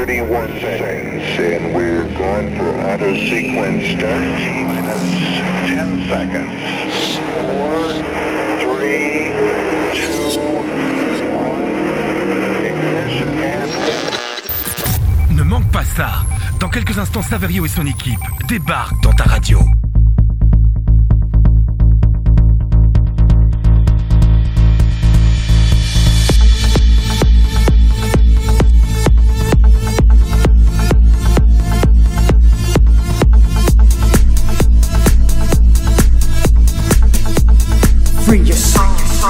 31 seconds, and we're going for auto sequence start. T-minus 10 seconds. 4, 3, 2, 1. Ignition and... Ne manque pas ça. Dans quelques instants, Saverio et son équipe débarquent dans ta radio. Free yourself.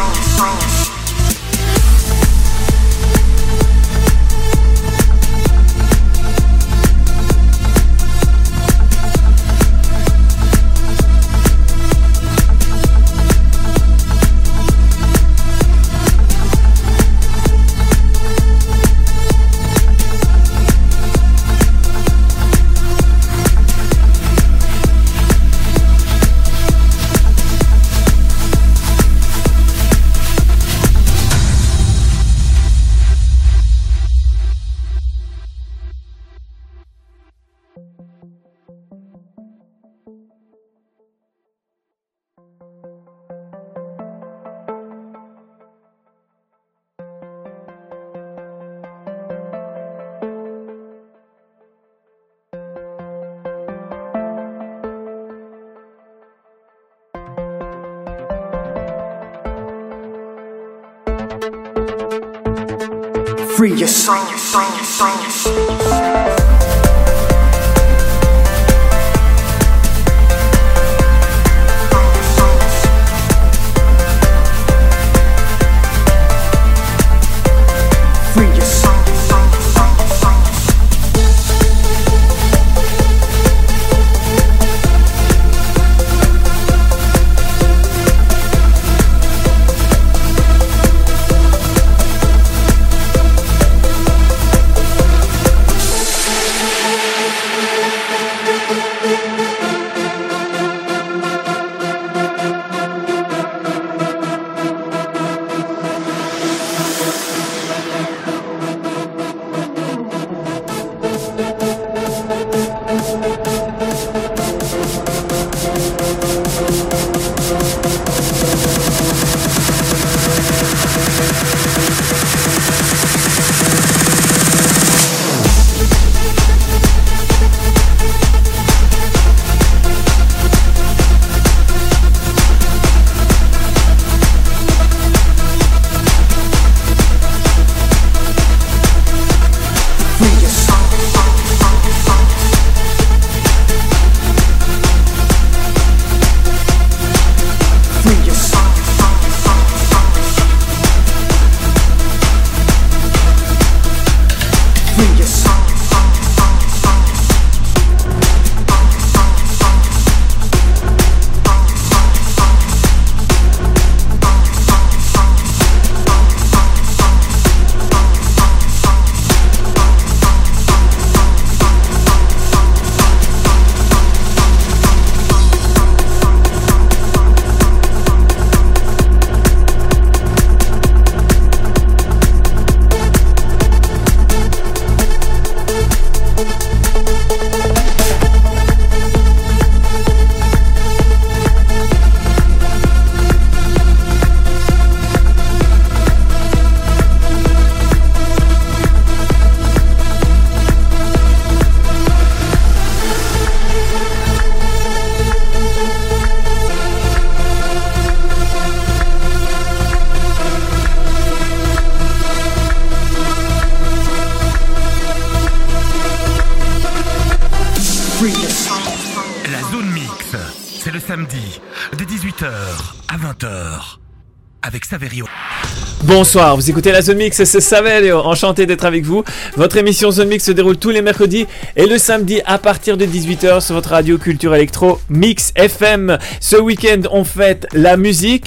Free yourself. samedi, de 18h à 20h, avec Saverio. Bonsoir, vous écoutez la Zone Mix, c'est Saverio, enchanté d'être avec vous. Votre émission Zone Mix se déroule tous les mercredis et le samedi à partir de 18h sur votre radio Culture Électro Mix FM. Ce week-end, on fête la musique et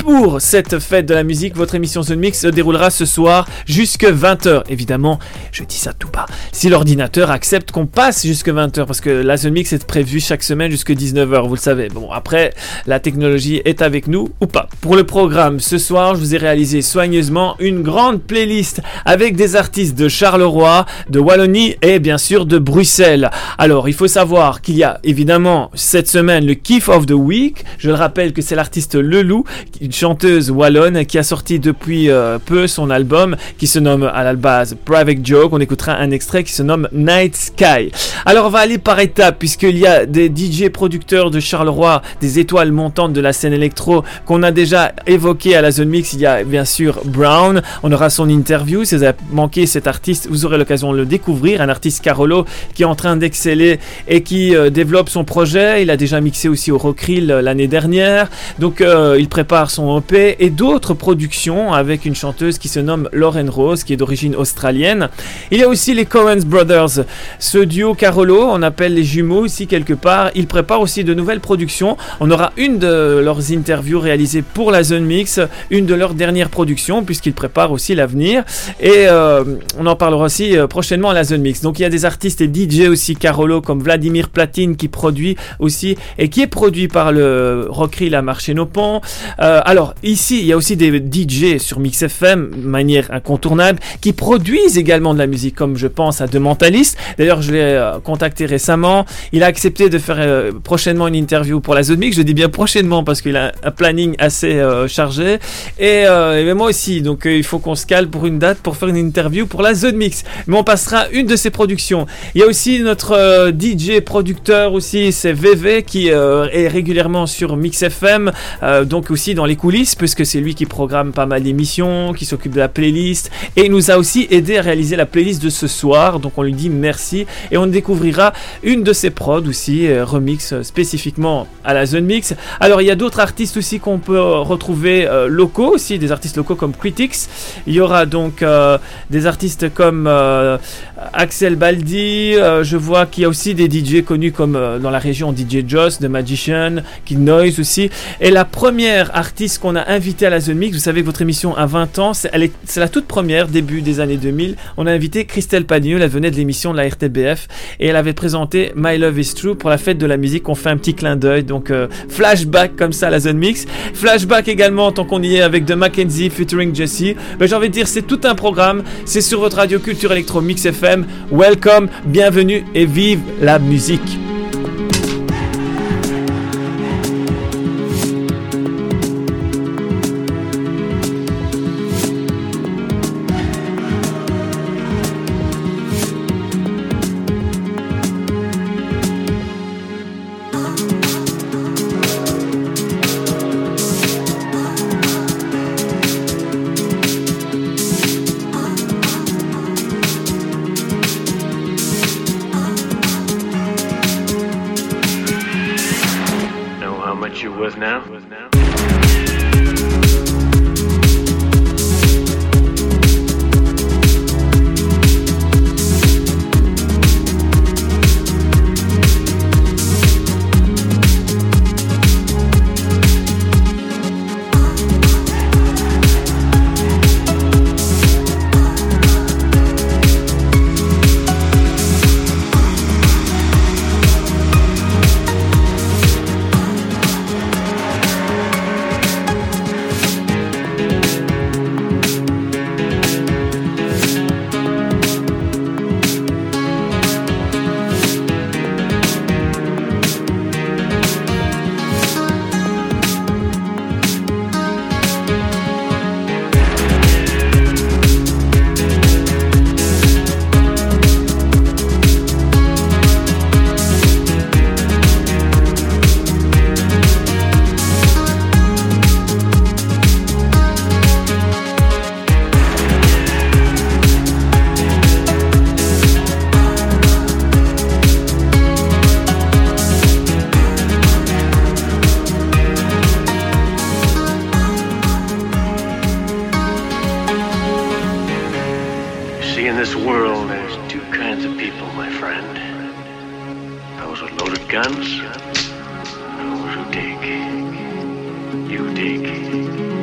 pour cette fête de la musique. Votre émission Zone Mix se déroulera ce soir jusque 20h. Évidemment, je dis ça tout bas, si l'ordinateur accepte qu'on passe jusque 20h, parce que la Zone Mix est prévue chaque semaine jusque 19h, vous le savez. Bon, après, la technologie est avec nous ou pas. Pour le programme, ce soir, je vous ai réalisé soigneusement une grande playlist avec des artistes de Charleroi, de Wallonie et bien sûr de Bruxelles. Alors, il faut savoir qu'il y a évidemment cette semaine le Kiff of the Week. Je le rappelle que c'est l'artiste Lelou, une chanteuse wallonne qui a sorti depuis peu son album qui se nomme à la base Private Joke. On écoutera un extrait qui se nomme Night Sky. Alors, on va aller par étapes puisqu'il y a des DJ producteurs de Charleroi, des étoiles montantes de la scène électro qu'on a déjà évoqué à la Zone Mix. Il y a bien sûr Brown. On aura son interview. Si vous avez manqué cet artiste, vous aurez l'occasion de le découvrir. Un artiste Carolo qui est en train d'exceller et qui développe son projet. Il a déjà mixé aussi au Rockrill l'année dernière. Donc il prépare son EP et d'autres productions avec une chanteuse qui se nomme Lauren Rose, qui est d'origine australienne. Il y a aussi les Coens Brothers. Ce duo Carolo, on appelle les jumeaux ici quelque part. Ils préparent aussi de nouvelles productions. On aura une de leurs interviews réalisées pour la Zone Mix, une de leurs dernières productions puisqu'ils préparent aussi l'avenir. Et on en parlera aussi prochainement à la Zone Mix. Donc il y a des artistes et DJ aussi Carolo comme Vladimir Platine qui produit aussi et qui est produit par le Rockrill à Marché-nos-Ponts. Alors ici il y a aussi des DJ sur Mix FM de manière incontournable qui produisent également de la musique, comme je pense à The Mentalist. D'ailleurs je l'ai contacté récemment, il a accepté de faire prochainement une interview pour la Zone Mix. Je dis bien prochainement parce qu'il a un planning assez chargé et moi aussi, donc il faut qu'on se cale pour une date pour faire une interview pour la Zone Mix, mais on passera une de ses productions. Il y a aussi notre DJ producteur aussi, c'est VV qui est régulièrement sur Mix FM, donc aussi dans les coulisses puisque c'est lui qui programme pas mal d'émissions, qui s'occupe de la playlist et il nous a aussi aidé à réaliser la playlist de ce soir, donc on lui dit merci et on découvrira une de ses prods aussi, remix spécifiquement à la Zone Mix. Alors il y a d'autres artistes aussi qu'on peut retrouver locaux aussi, des artistes locaux comme Critics. Il y aura donc des artistes comme Axel Baldi, je vois qu'il y a aussi des DJ connus comme dans la région DJ Joss, The Magician, Kid Noise aussi. Et la première artiste qu'on a invitée à la Zone Mix, vous savez que votre émission a 20 ans, c'est la toute première, début des années 2000. On a invité Christelle Pagnol, elle venait de l'émission de la RTBF et elle avait présenté My Love Is True pour la fête de la musique. On fait un petit clin d'œil, donc flashback comme ça à la Zone Mix. Flashback également tant qu'on y est avec The Mackenzie featuring Jesse. Ben, j'ai envie de dire c'est tout un programme, c'est sur votre radio Culture Electro Mix FM. Welcome, bienvenue et vive la musique. this world, there's two kinds of people, my friend. Those with loaded guns, those who dig. You dig.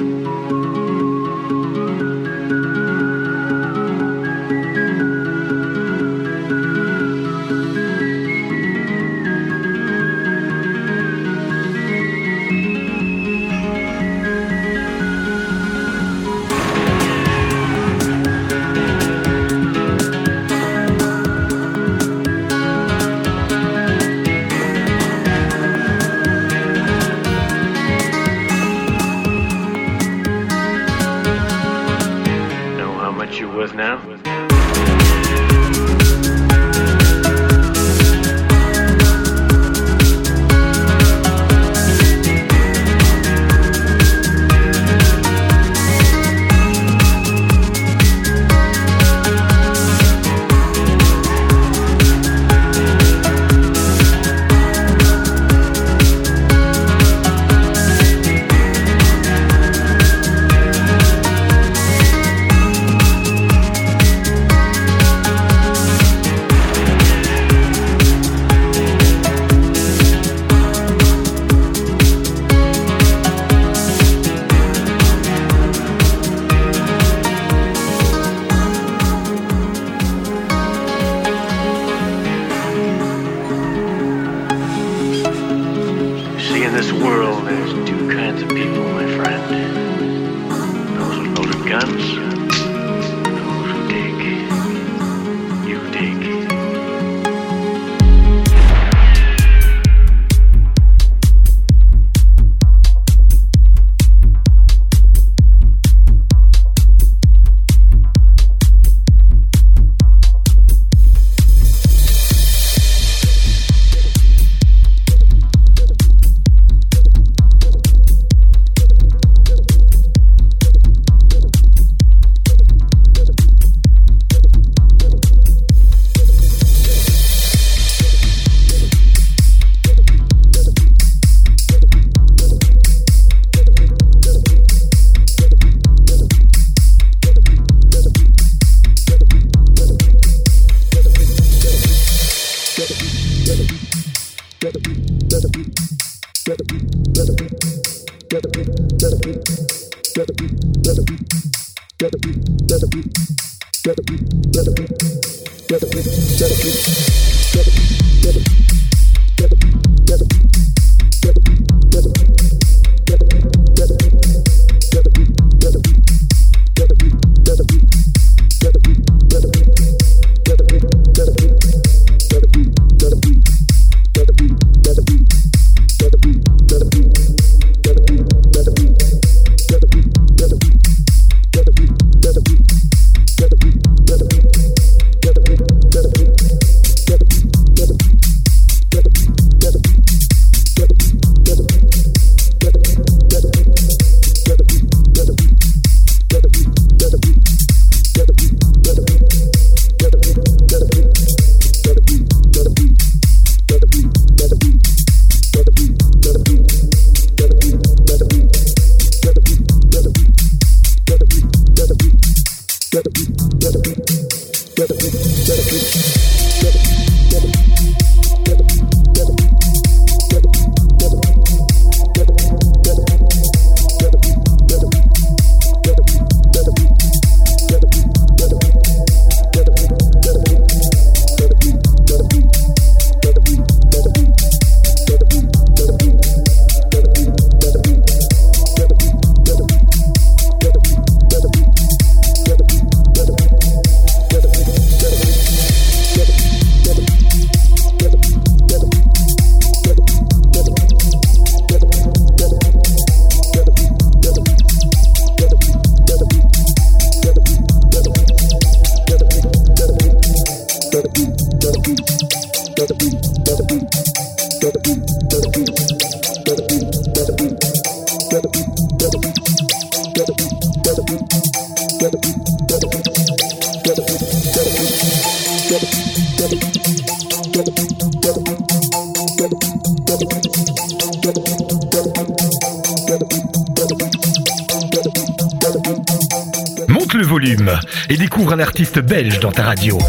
Monte le volume et découvre un artiste belge dans ta radio.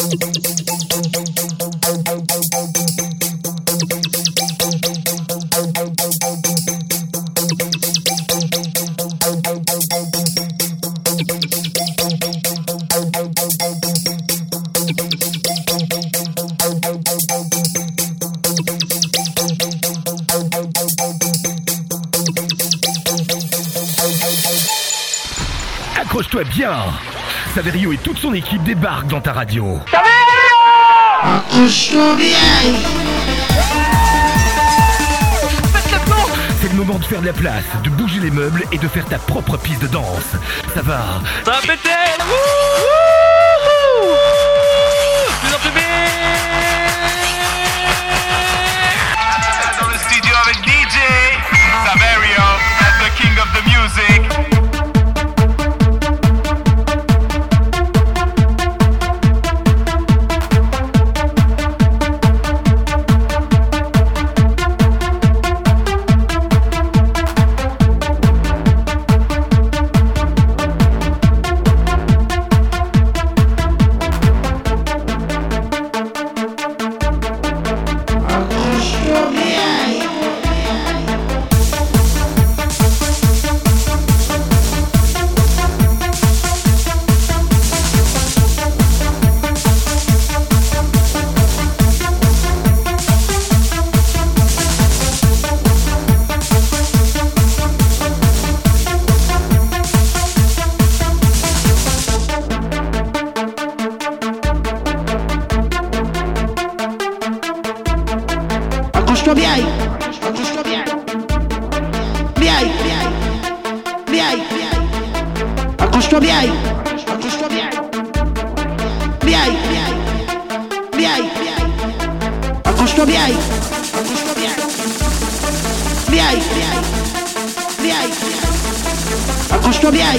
Accroche-toi bien. Saverio et toute son équipe débarquent dans ta radio. C'est le moment de faire de la place, de bouger les meubles et de faire ta propre piste de danse. Ça va. Ça va péter. Plus en plus vite. Dans le studio avec DJ Saverio, that's the king of the music. Accroche-toi bien. Accroche-toi bien. Accroche-toi bien.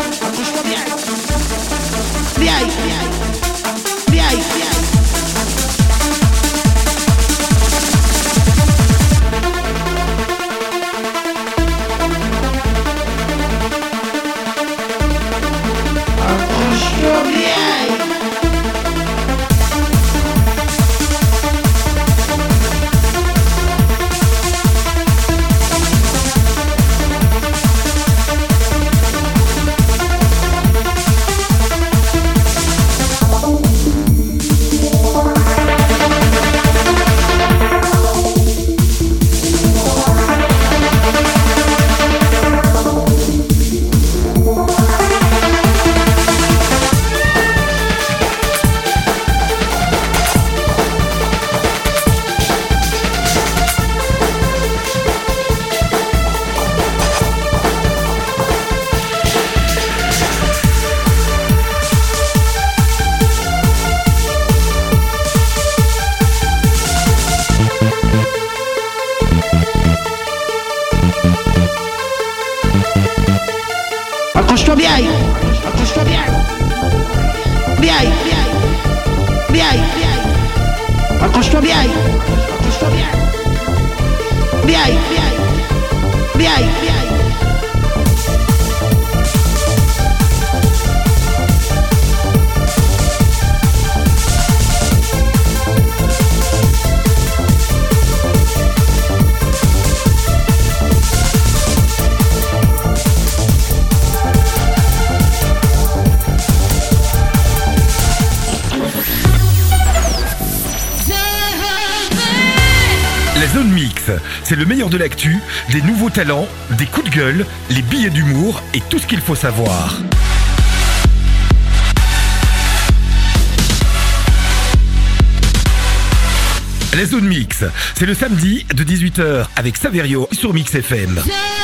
Accroche-toi bien. Accroche-toi bien. Accroche-toi bien. Accroche-toi bien. La Zone Mix, c'est le meilleur de l'actu, des nouveaux talents, des coups de gueule, les billets d'humour et tout ce qu'il faut savoir. La Zone Mix, c'est le samedi de 18h avec Saverio sur Mix FM.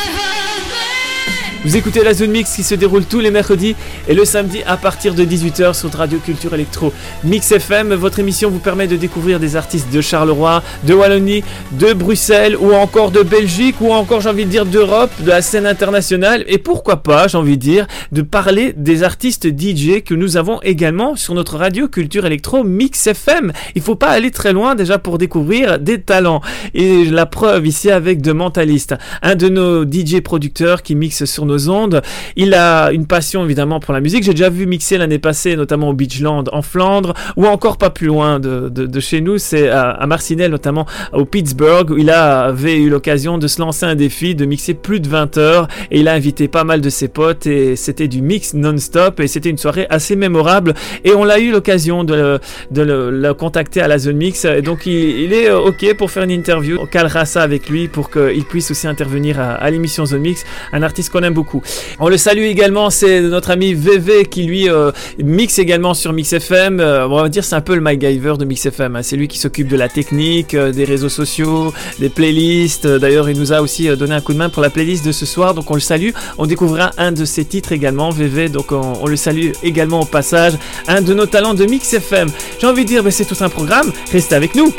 Vous écoutez la Zone Mix qui se déroule tous les mercredis et le samedi à partir de 18h sur Radio Culture Electro Mix FM. Votre émission vous permet de découvrir des artistes de Charleroi, de Wallonie, de Bruxelles ou encore de Belgique ou encore, j'ai envie de dire, d'Europe, de la scène internationale et pourquoi pas, j'ai envie de dire, de parler des artistes DJ que nous avons également sur notre Radio Culture Electro Mix FM. Il faut pas aller très loin déjà pour découvrir des talents et la preuve ici avec The Mentalist, un de nos DJ producteurs qui mixe sur nos nos ondes. Il a une passion évidemment pour la musique. J'ai déjà vu mixer l'année passée, notamment au Beachland en Flandre, ou encore pas plus loin de chez nous, c'est à Marcinelle, notamment au Pittsburgh, où il avait eu l'occasion de se lancer un défi, de mixer plus de 20 heures, et il a invité pas mal de ses potes, et c'était du mix non-stop, et c'était une soirée assez mémorable, et on a eu l'occasion de le contacter à la Zone Mix, et donc il est ok pour faire une interview. On calera ça avec lui pour qu'il puisse aussi intervenir à l'émission Zone Mix, un artiste qu'on aime beaucoup. On le salue également, c'est notre ami VV qui lui mixe également sur Mix FM. On va dire c'est un peu le MacGyver de Mix FM, hein. C'est lui qui s'occupe de la technique, des réseaux sociaux, des playlists. D'ailleurs, il nous a aussi donné un coup de main pour la playlist de ce soir, donc on le salue. On découvrira un de ses titres également, VV, donc on le salue également au passage. Un de nos talents de Mix FM. J'ai envie de dire, c'est tout un programme. Restez avec nous.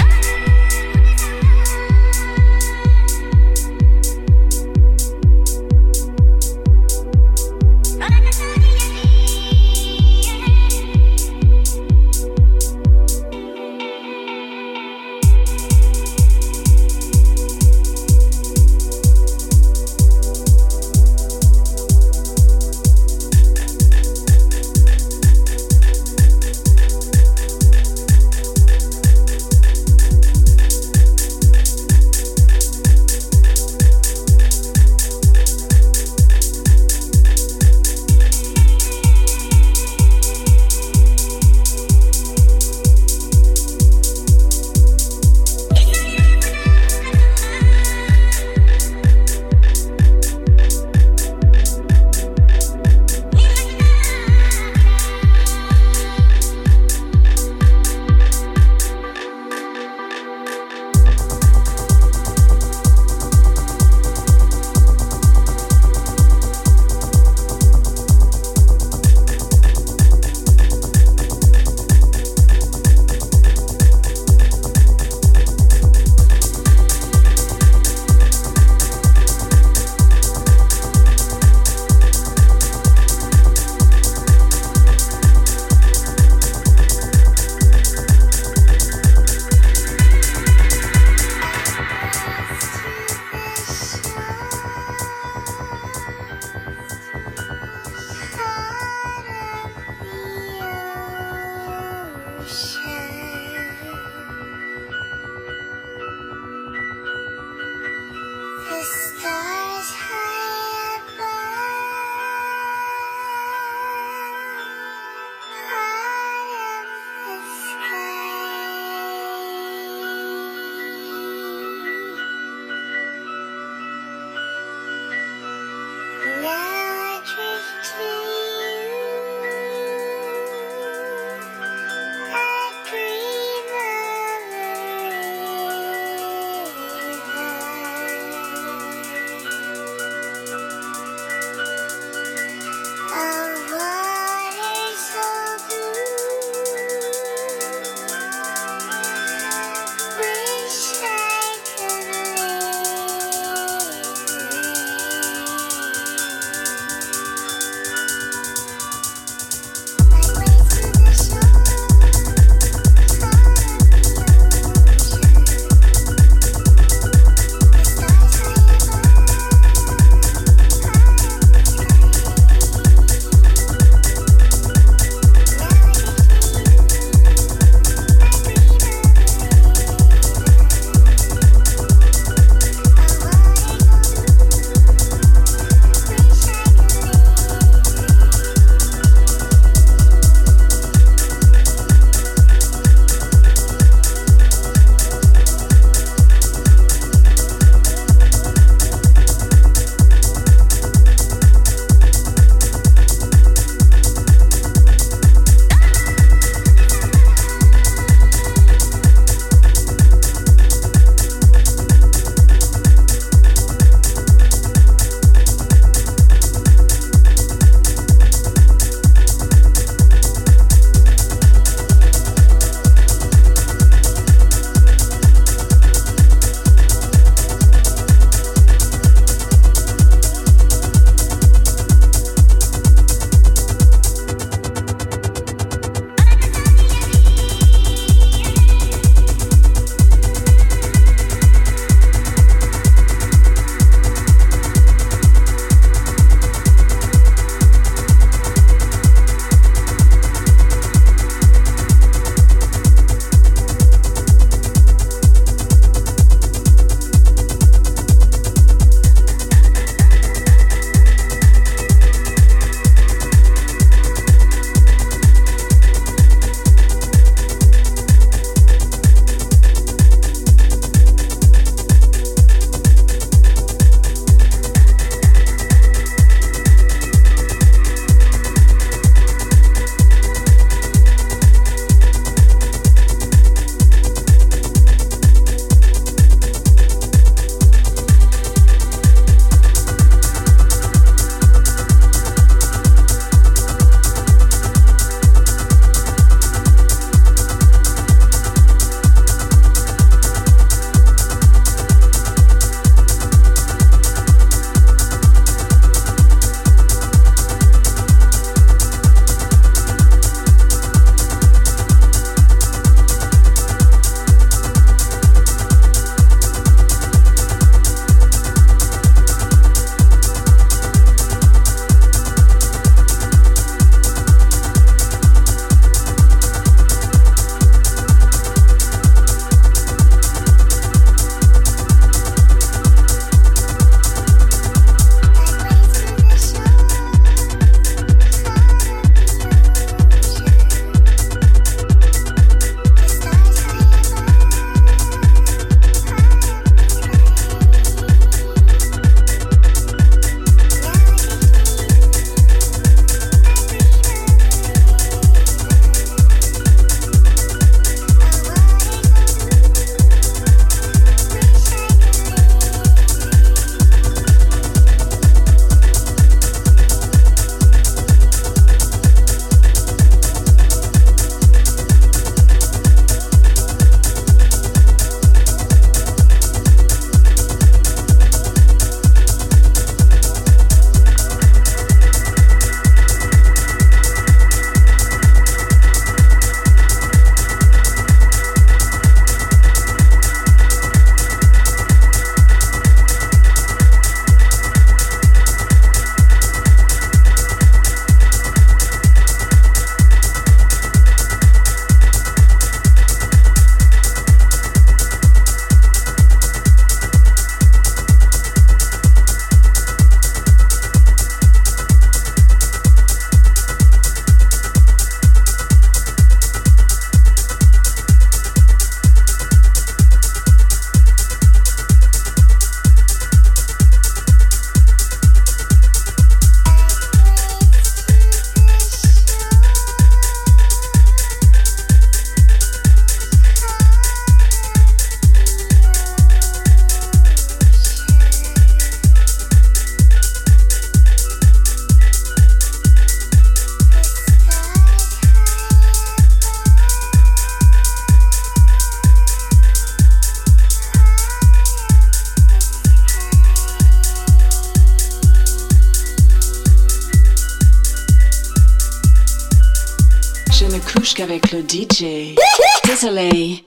couche qu'avec le DJ. Désolé.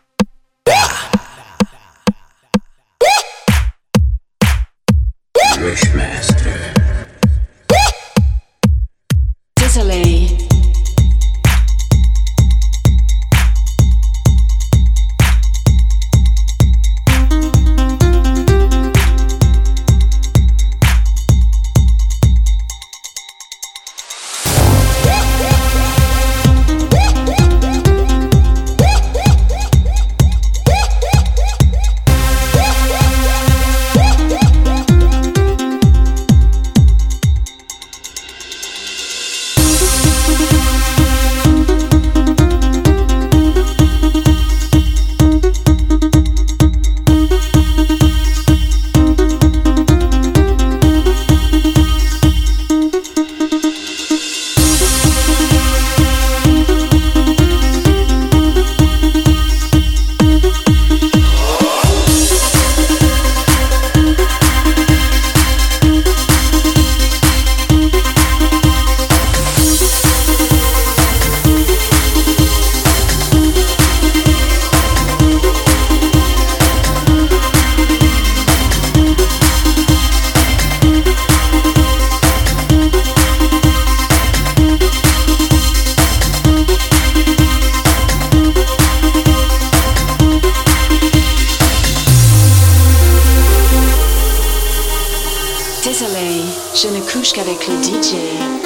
Wishmaster. Désolé. Désolé, je ne couche qu'avec le DJ.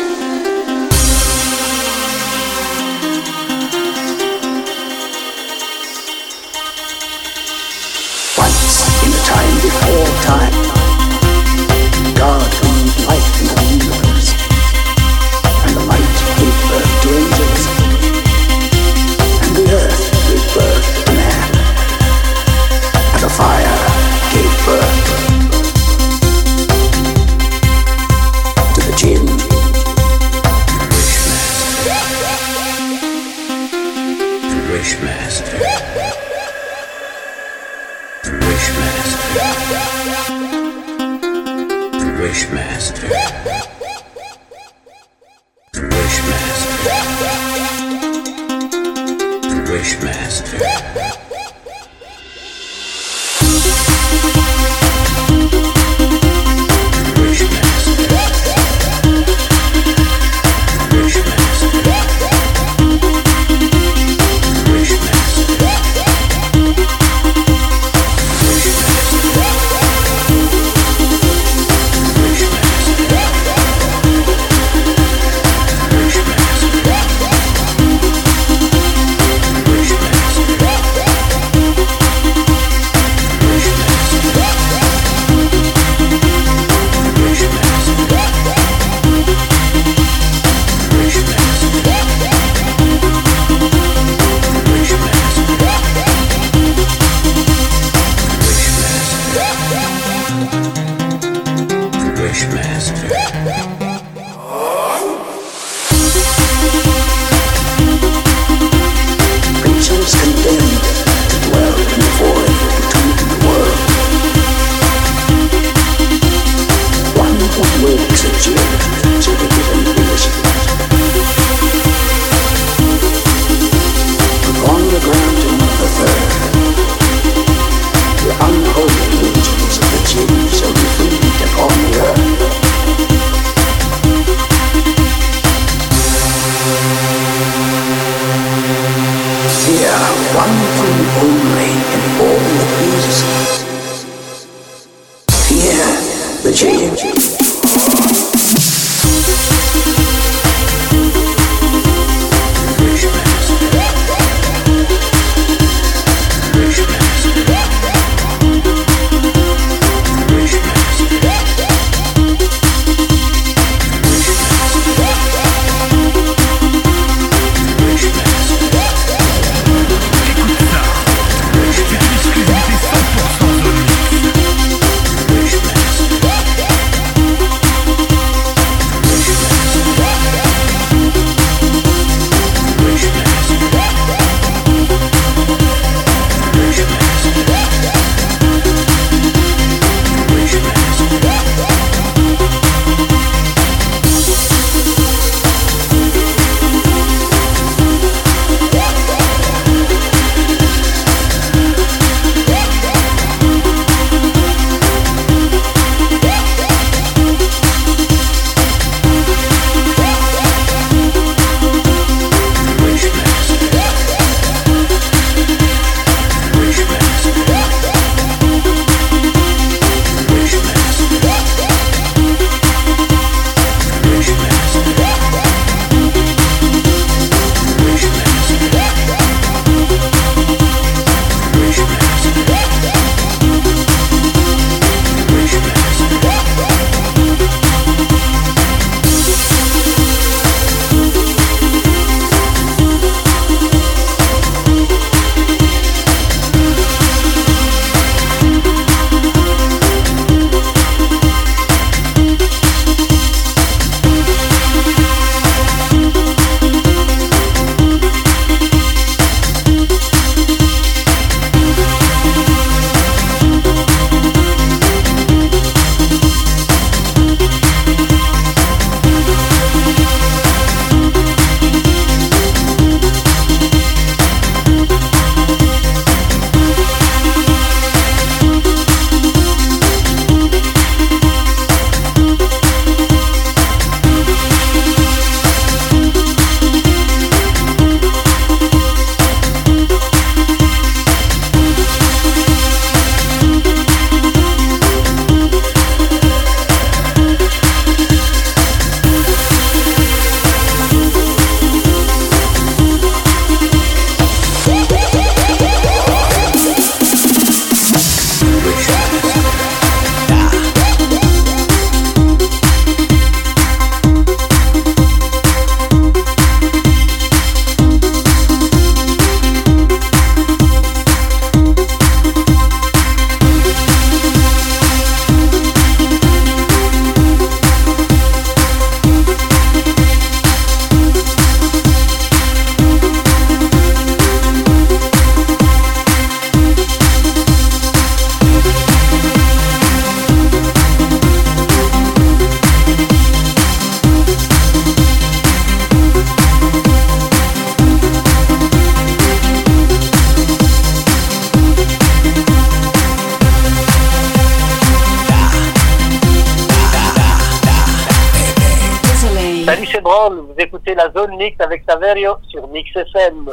Once in a time before time, God breathed life into the universe, and the light gave birth to angels, and the earth gave birth to man, and the fire gave birth to the jinn. Wishmaster. Wishmaster. Wishmaster. Wishmaster. Exclusivité 100% zone mix. Brown. Vous écoutez la Zone Mix avec Saverio sur Mix FM.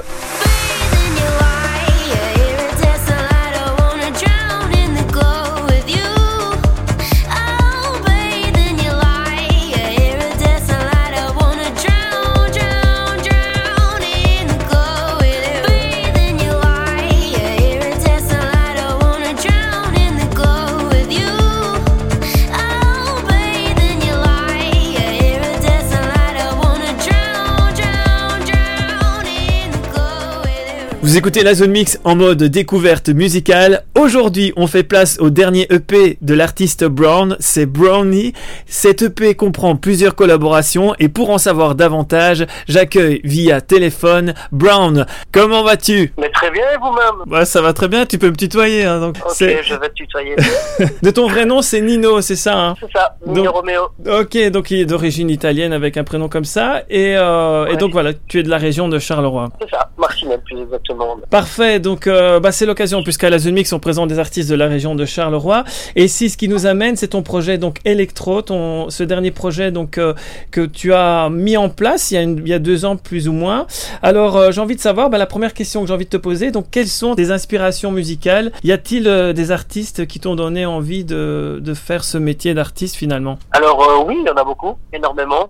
Vous écoutez la Zone Mix en mode découverte musicale. Aujourd'hui, on fait place au dernier EP de l'artiste Brown, c'est Brownie. Cet EP comprend plusieurs collaborations et pour en savoir davantage, j'accueille via téléphone Brown. Comment vas-tu ? Mais très bien, et vous-même ? Bah, ça va très bien, tu peux me tutoyer. Hein, donc ok, je vais te tutoyer. De ton vrai nom, c'est Nino, c'est ça hein ? C'est ça, Nino Romeo. Ok, donc il est d'origine italienne avec un prénom comme ça. Et donc voilà, tu es de la région de Charleroi. C'est ça, Marcinelle plus exactement. Parfait, donc c'est l'occasion puisqu'à la Zone Mix on présente des artistes de la région de Charleroi et si ce qui nous amène c'est ton projet donc Electro, ce dernier projet donc que tu as mis en place il y a 2 ans plus ou moins. Alors j'ai envie de savoir, la première question que j'ai envie de te poser, donc quelles sont tes inspirations musicales ? Y a-t-il des artistes qui t'ont donné envie de faire ce métier d'artiste finalement ? Alors oui, il y en a beaucoup, énormément.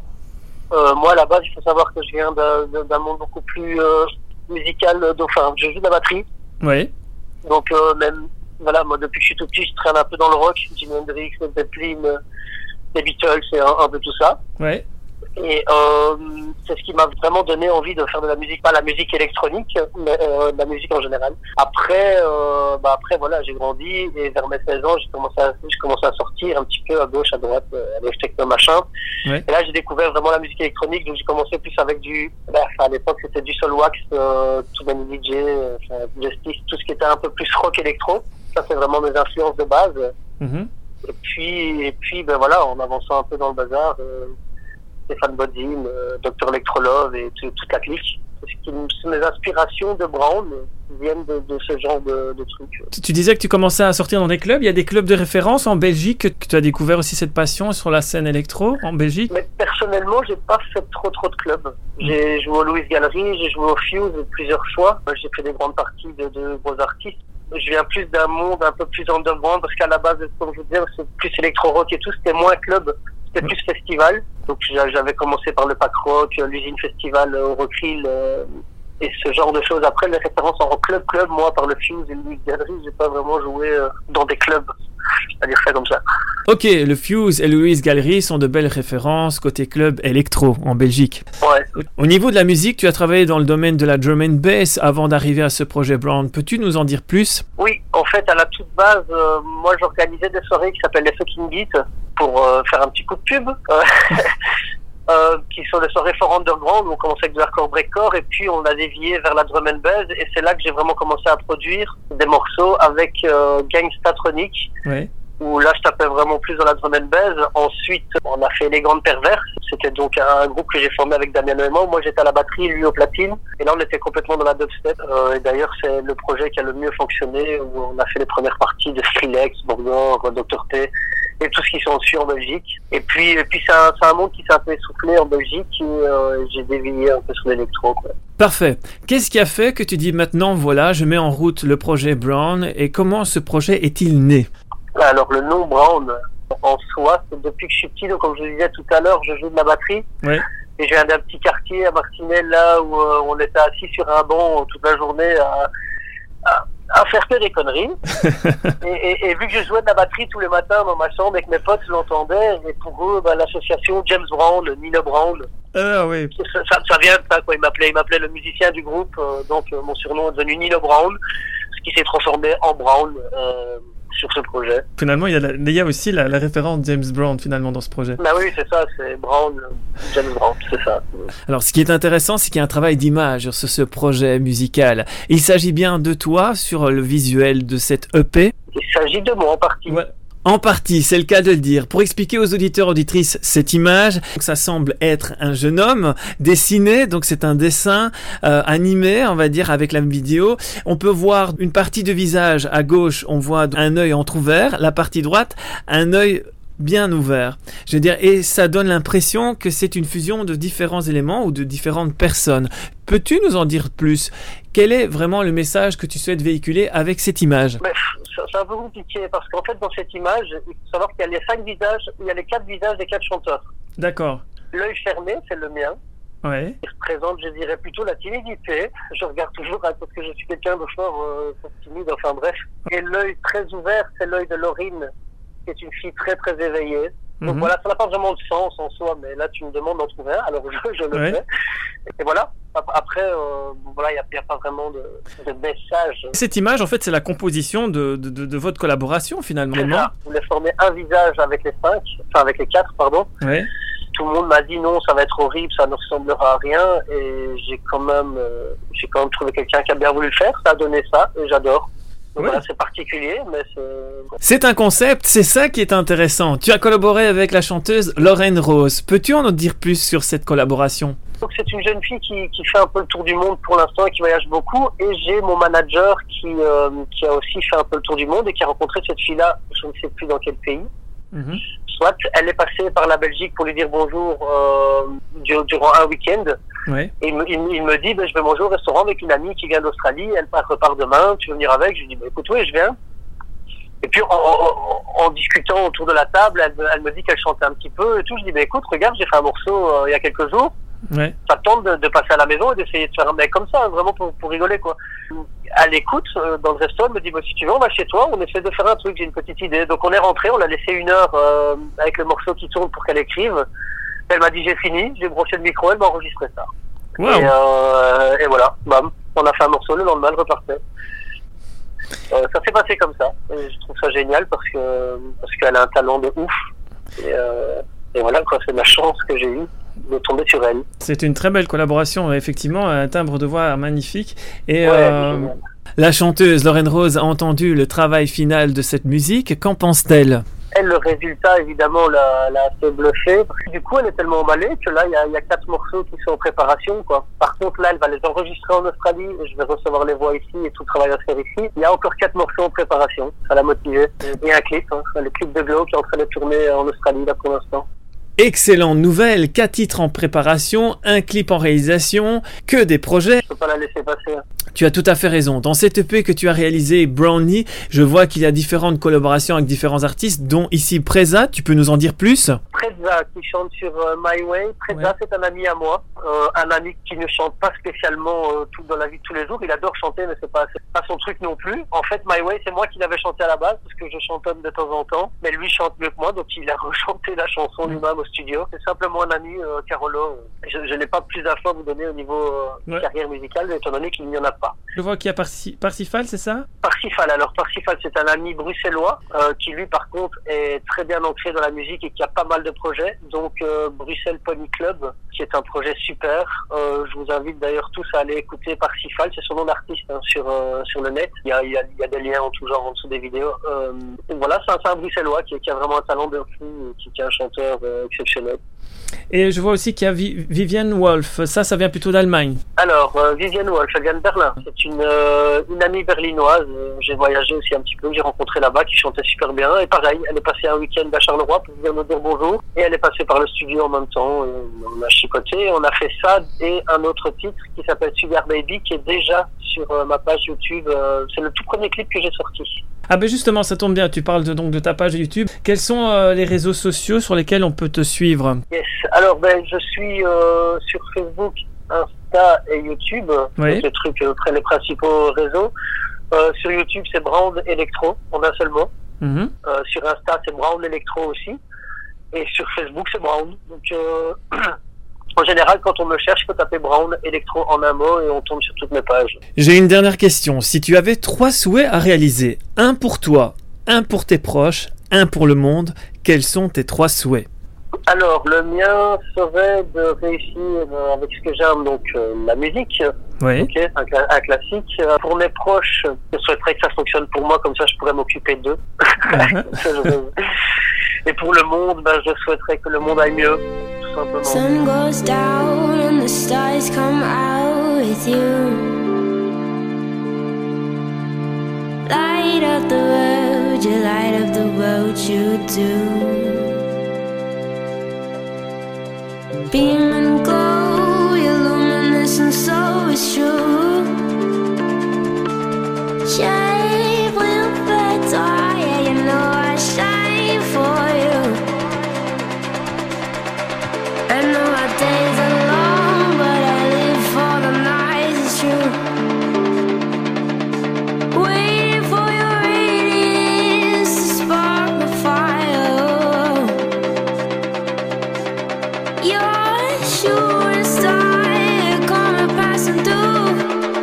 Moi à la base il faut savoir que je viens d'un monde beaucoup plus musical, enfin je joue de la batterie. Oui. Donc même voilà, moi depuis que je suis tout petit, je traîne un peu dans le rock, Jimi Hendrix, Led Zeppelin, les Beatles, et un peu tout ça. Ouais. Et c'est ce qui m'a vraiment donné envie de faire de la musique, pas la musique électronique, mais de la musique en général. Après voilà, j'ai grandi et vers mes 16 ans, j'ai commencé à sortir un petit peu à gauche, à droite, avec techno machin. Ouais. Et là, j'ai découvert vraiment la musique électronique, donc j'ai commencé plus avec à l'époque, c'était du Soulwax, Too Many DJ, Justice, tout ce qui était un peu plus rock électro. Ça, c'est vraiment mes influences de base. Mm-hmm. Et puis, voilà, en avançant un peu dans le bazar, Stéphane Bodzin, Dr Electrolove et toute la clique. Mes inspirations de Brown viennent de ce genre de trucs. Tu disais que tu commençais à sortir dans des clubs. Il y a des clubs de référence en Belgique que tu as découvert aussi cette passion sur la scène électro en Belgique ? Mais personnellement, j'ai pas fait trop de clubs. J'ai joué au Louis Gallery, j'ai joué au Fuse plusieurs fois. J'ai fait des grandes parties de gros artistes. Je viens plus d'un monde un peu plus underground parce qu'à la base, comme je vous disais, c'est plus électro-rock et tout. C'était moins club. C'était plus festival. Donc j'avais commencé par le Pack Rock, l'usine festival, Eurocryl et ce genre de choses. Après, les références en club, moi, par le Fuse et le Louis Gallery, j'ai pas vraiment joué dans des clubs. C'est-à-dire ça comme ça. Ok, le Fuse et le Louis Gallery sont de belles références côté club électro en Belgique. Ouais. Au niveau de la musique, tu as travaillé dans le domaine de la drum and bass avant d'arriver à ce projet Brown. Peux-tu nous en dire plus ? Oui, en fait, à la toute base, moi, j'organisais des soirées qui s'appellent les Fucking Beats pour faire un petit coup de pub. Qui sont des soirées fort underground, on commençait avec de l'hardcore breakcore et puis on a dévié vers la drum and bass et c'est là que j'ai vraiment commencé à produire des morceaux avec Gangstatronic. Ouais. Où là je tapais vraiment plus dans la drum and bass. Ensuite on a fait Les Grandes Perverses, c'était donc un groupe que j'ai formé avec Damien Neumann. Moi j'étais à la batterie, lui au platine et là on était complètement dans la dubstep et d'ailleurs c'est le projet qui a le mieux fonctionné où on a fait les premières parties de Skrillex, Borgor, Dr T et tout ce qui sont dessus en Belgique. Et puis c'est un monde qui s'est un peu essoufflé en Belgique et j'ai dévié un peu sur l'électro, quoi. Parfait. Qu'est-ce qui a fait que tu dis maintenant, voilà, je mets en route le projet Brown et comment ce projet est-il né ? Alors le nom Brown, en soi, c'est depuis que je suis petit, donc comme je le disais tout à l'heure, je joue de la batterie. Ouais. Et je viens d'un petit quartier à Marcinelle, là où on était assis sur un banc toute la journée à faire que des conneries. et vu que je jouais de la batterie tous les matins dans ma chambre et que mes potes l'entendaient, et pour eux, l'association James Brown, Nino Brown, oui. ça vient de ça, quoi. Il m'appelait le musicien du groupe, donc mon surnom est devenu Nino Brown, ce qui s'est transformé en Brown sur ce projet. Finalement, il y a aussi la référence James Brown finalement dans ce projet. Bah oui, c'est ça, c'est Brown, James Brown, c'est ça. Alors, ce qui est intéressant, c'est qu'il y a un travail d'image sur ce projet musical. Il s'agit bien de toi sur le visuel de cette EP. Il s'agit de moi en partie. Ouais. En partie, c'est le cas de le dire. Pour expliquer aux auditeurs, auditrices, cette image, ça semble être un jeune homme dessiné, donc c'est un dessin animé, on va dire, avec la vidéo. On peut voir une partie de visage à gauche, on voit un œil entrouvert, la partie droite, un œil bien ouvert. Je veux dire, et ça donne l'impression que c'est une fusion de différents éléments ou de différentes personnes. Peux-tu nous en dire plus? Quel est vraiment le message que tu souhaites véhiculer avec cette image? C'est un peu compliqué parce qu'en fait, dans cette image, il faut savoir qu'il y a les 5 visages, il y a les 4 visages des 4 chanteurs. D'accord. L'œil fermé, c'est le mien. Ouais. Il représente, je dirais, plutôt la timidité. Je regarde toujours parce que je suis quelqu'un de fort timide, enfin bref. Et l'œil très ouvert, c'est l'œil de Laurine, qui est une fille très très éveillée. Donc voilà, ça n'a pas vraiment de sens en soi, mais là tu me demandes d'en trouver un, alors je le fais. Et voilà. Après, voilà, il n'y a pas vraiment de message. Cette image, en fait, c'est la composition de votre collaboration finalement. C'est ça. Je voulais former un visage avec les 5, enfin avec les 4, pardon. Ouais. Tout le monde m'a dit non, ça va être horrible, ça ne ressemblera à rien, et j'ai quand même trouvé quelqu'un qui a bien voulu le faire, ça a donné ça, et j'adore. Donc voilà, c'est particulier, mais c'est un concept, c'est ça qui est intéressant. Tu as collaboré avec la chanteuse Lauren Rose. Peux-tu en dire plus sur cette collaboration? Donc c'est une jeune fille qui fait un peu le tour du monde pour l'instant et qui voyage beaucoup, et j'ai mon manager qui a aussi fait un peu le tour du monde et qui a rencontré cette fille-là, je ne sais plus dans quel pays. Soit elle est passée par la Belgique pour lui dire bonjour durant un week-end. Ouais. Et il me dit je vais manger au restaurant avec une amie qui vient d'Australie, elle repart demain, tu veux venir avec? Je lui dis écoute, oui, je viens. Et puis en discutant autour de la table, elle me dit qu'elle chantait un petit peu et tout. Je dis écoute, regarde, j'ai fait un morceau il y a quelques jours. Ouais. Ça tente de passer à la maison et d'essayer de faire un mec comme ça, vraiment pour rigoler quoi. À l'écoute, dans le resto, elle me dit si tu veux, on va chez toi, on essaie de faire un truc, j'ai une petite idée. Donc on est rentré, on l'a laissé 1 heure avec le morceau qui tourne pour qu'elle écrive. Elle m'a dit j'ai fini, j'ai branché le micro, elle m'a enregistré ça. Wow. Et voilà, bam, on a fait un morceau, le lendemain elle repartait. Ça s'est passé comme ça. Et je trouve ça génial parce qu'elle a un talent de ouf. Et voilà, quoi, c'est ma chance que j'ai eue de tomber sur elle. C'est une très belle collaboration, effectivement, un timbre de voix magnifique. Et la chanteuse Lauren Rose a entendu le travail final de cette musique. Qu'en pense-t-elle? Elle, le résultat, évidemment, l'a assez bluffé. Parce que du coup, elle est tellement emballée que là, il y a 4 morceaux qui sont en préparation, quoi. Par contre, là, elle va les enregistrer en Australie. Et je vais recevoir les voix ici et tout le travail à faire ici. Il y a encore 4 morceaux en préparation. Ça l'a motivée. Et un clip, le clip de Glow qui est en train de tourner en Australie, là, pour l'instant. Excellente nouvelle, 4 titres en préparation, un clip en réalisation, que des projets. Je peux pas la laisser passer. Tu as tout à fait raison. Dans cette EP que tu as réalisé, Brownie, je vois qu'il y a différentes collaborations avec différents artistes, dont ici Preza. Tu peux nous en dire plus? Preza qui chante sur My Way. Preza, c'est un ami à moi, un ami qui ne chante pas spécialement tout dans la vie de tous les jours. Il adore chanter, mais c'est pas son truc non plus. En fait, My Way, c'est moi qui l'avais chanté à la base parce que je chantonne de temps en temps, mais lui chante mieux que moi, donc il a rechanté la chanson lui-même au studio. C'est simplement un ami, Carolo. Je n'ai pas plus d'infos à vous donner au niveau carrière musicale, étant donné qu'il n'y en a pas. Je vois qu'il y a Parsifal, c'est ça? Parsifal. Alors Parsifal, c'est un ami bruxellois qui lui, par contre, est très bien ancré dans la musique et qui a pas mal de projets. Donc Bruxelles Pony Club, qui est un projet super. Je vous invite d'ailleurs tous à aller écouter Parsifal. C'est son nom d'artiste sur le net. Il y a des liens en tout genre en dessous des vidéos. Voilà, c'est un bruxellois qui a vraiment un talent de fou, qui est un chanteur exceptionnel. Et je vois aussi qu'il y a Vivienne Wolf. Ça vient plutôt d'Allemagne. Alors, Vivienne Wolf, elle vient de Berlin. C'est une amie berlinoise. J'ai voyagé aussi un petit peu, j'ai rencontré là-bas, qui chantait super bien. Et pareil, elle est passée un week-end à Charleroi pour venir me dire bonjour. Et elle est passée par le studio en même temps. On a chicoté, on a fait ça et un autre titre qui s'appelle Sugar Baby, qui est déjà sur ma page YouTube. C'est le tout premier clip que j'ai sorti. Ah ben justement, ça tombe bien, tu parles donc de ta page YouTube. Quels sont les réseaux sociaux sur lesquels on peut te suivre? Yes, alors je suis sur Facebook, Insta et YouTube, oui. Les trucs, les principaux réseaux. Sur YouTube, c'est Brown Electro, en un seul mot. Mm-hmm. Sur Insta, c'est Brown Electro aussi. Et sur Facebook, c'est Brown. Donc, en général, quand on me cherche, il faut taper Brown Electro en un mot et on tombe sur toutes mes pages. J'ai une dernière question. Si tu avais 3 souhaits à réaliser, un pour toi, un pour tes proches, un pour le monde, quels sont tes 3 souhaits? Alors, le mien serait de réussir avec ce que j'aime, donc la musique. Oui. Okay, un classique. Pour mes proches, je souhaiterais que ça fonctionne pour moi, comme ça je pourrais m'occuper d'eux. Et pour le monde, je souhaiterais que le monde aille mieux, tout simplement. Sun goes down and the stars come out with you. Light up the world, you light up the world, you do. beam and glow, you're luminous and so is true. Shape will better, yeah, you know I shine for you. I know our days are long, but I live for the night, it's true. Waiting for your radiance to spark the fire. You're a shooting star, coming passing through.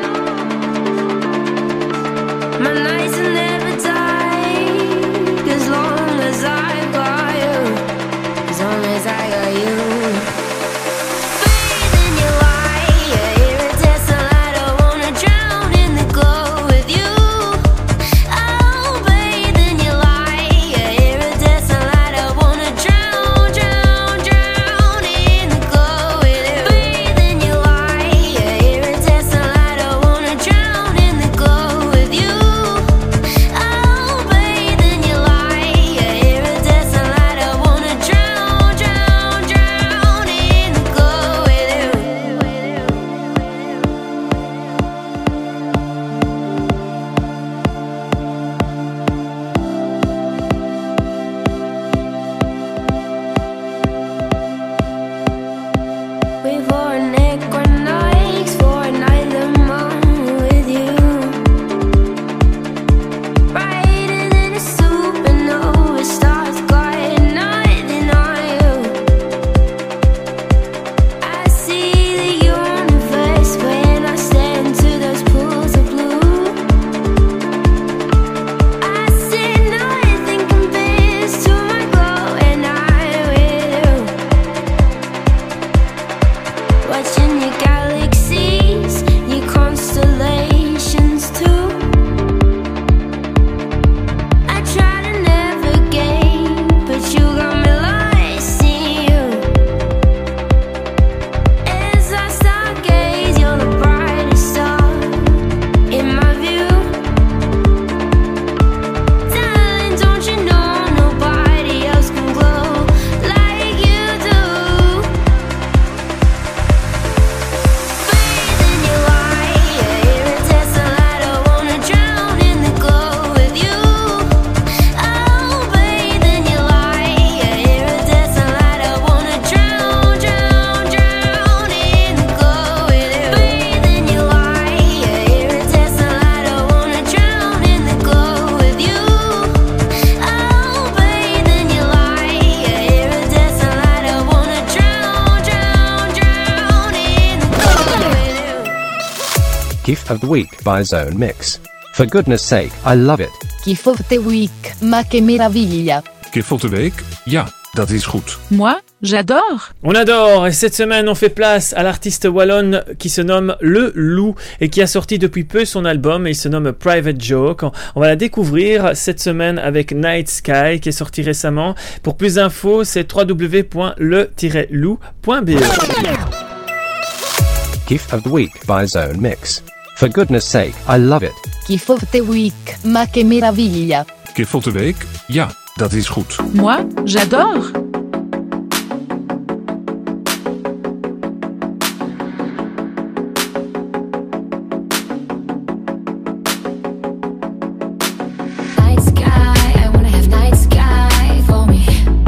My nights will never die, as long as I got you, as long as I got you. Bathe in your light, yeah, iridescent light, I wanna drown in the glow with you. I'll bathe in your light, yeah, iridescent light, I wanna drown, drown, drown in the glow with you. Bathe in your light, yeah, iridescent light, I wanna drown in the glow with you. I'll bathe in your light, yeah, iridescent light, I wanna drown, drown, drown in the glow with you. We wore an equinox for a night of the moon with you. Brighter than a supernova, stars got nothing on you. I see the universe when I stare into those pools of blue. I see nothing compares to my glow and I'm with you. Watching your galaxies, your constellations too. I try to navigate, but you got me lost in you. As I stargaze, you're the brightest star in my view. Darling, don't you know nobody else can glow like you do? Bathe in your light, yeah, iridescent light, I wanna drown in the glow with you. I'll bathe in your light, yeah, iridescent light, I wanna drown, drown, drown in the glow with you. Bathe in your light, yeah, iridescent light, I wanna drown in the glow with you. I'll bathe in your light, yeah, iridescent light, I wanna drown, drown, drown in the glow with you. Gift of the Week by Zone Mix. For goodness sake, I love it. Gift of the Week, ma che meraviglia. Gift of the Week? Ja, dat is goed. Moi, j'adore. On adore, et cette semaine on fait place à l'artiste wallonne qui se nomme Le Loup et qui a sorti depuis peu son album et il se nomme Private Joke. On va la découvrir cette semaine avec Night Sky qui est sorti récemment. Pour plus d'infos, c'est www.le-loup.be. Gift of the Week by Zone Mix. For goodness sake, I love it. Gift of the Week, ma che meraviglia. Gift of the Week? Ja, dat is goed. Moi, j'adore. Night sky, I wanna have night sky for me.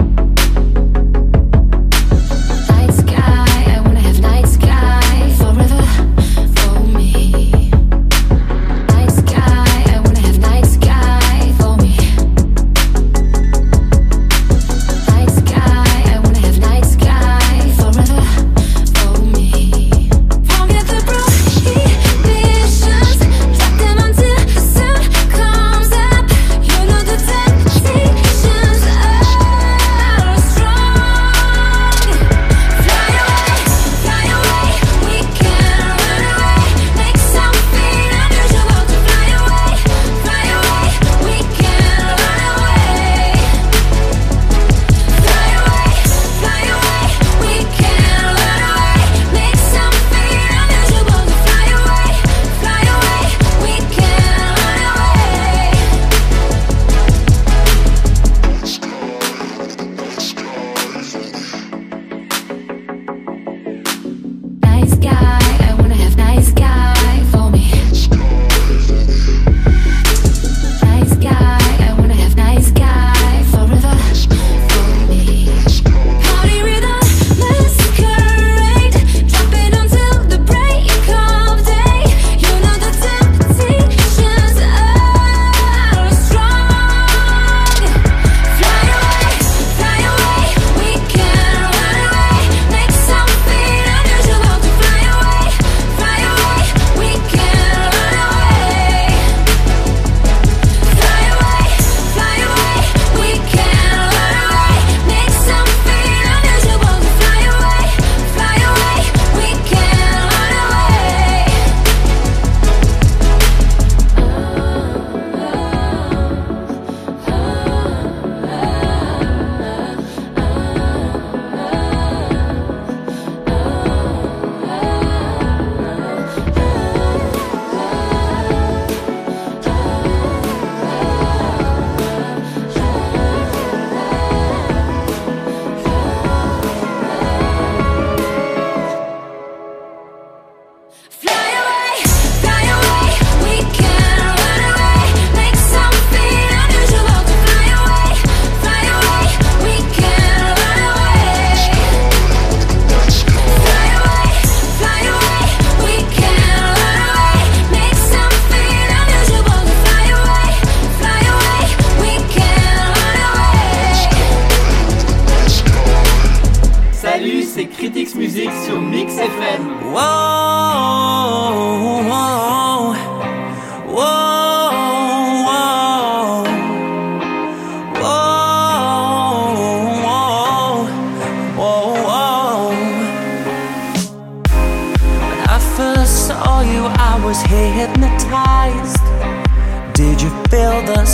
Night sky, I wanna have night sky forever for me. Night sky, I wanna have night sky for me. Night sky.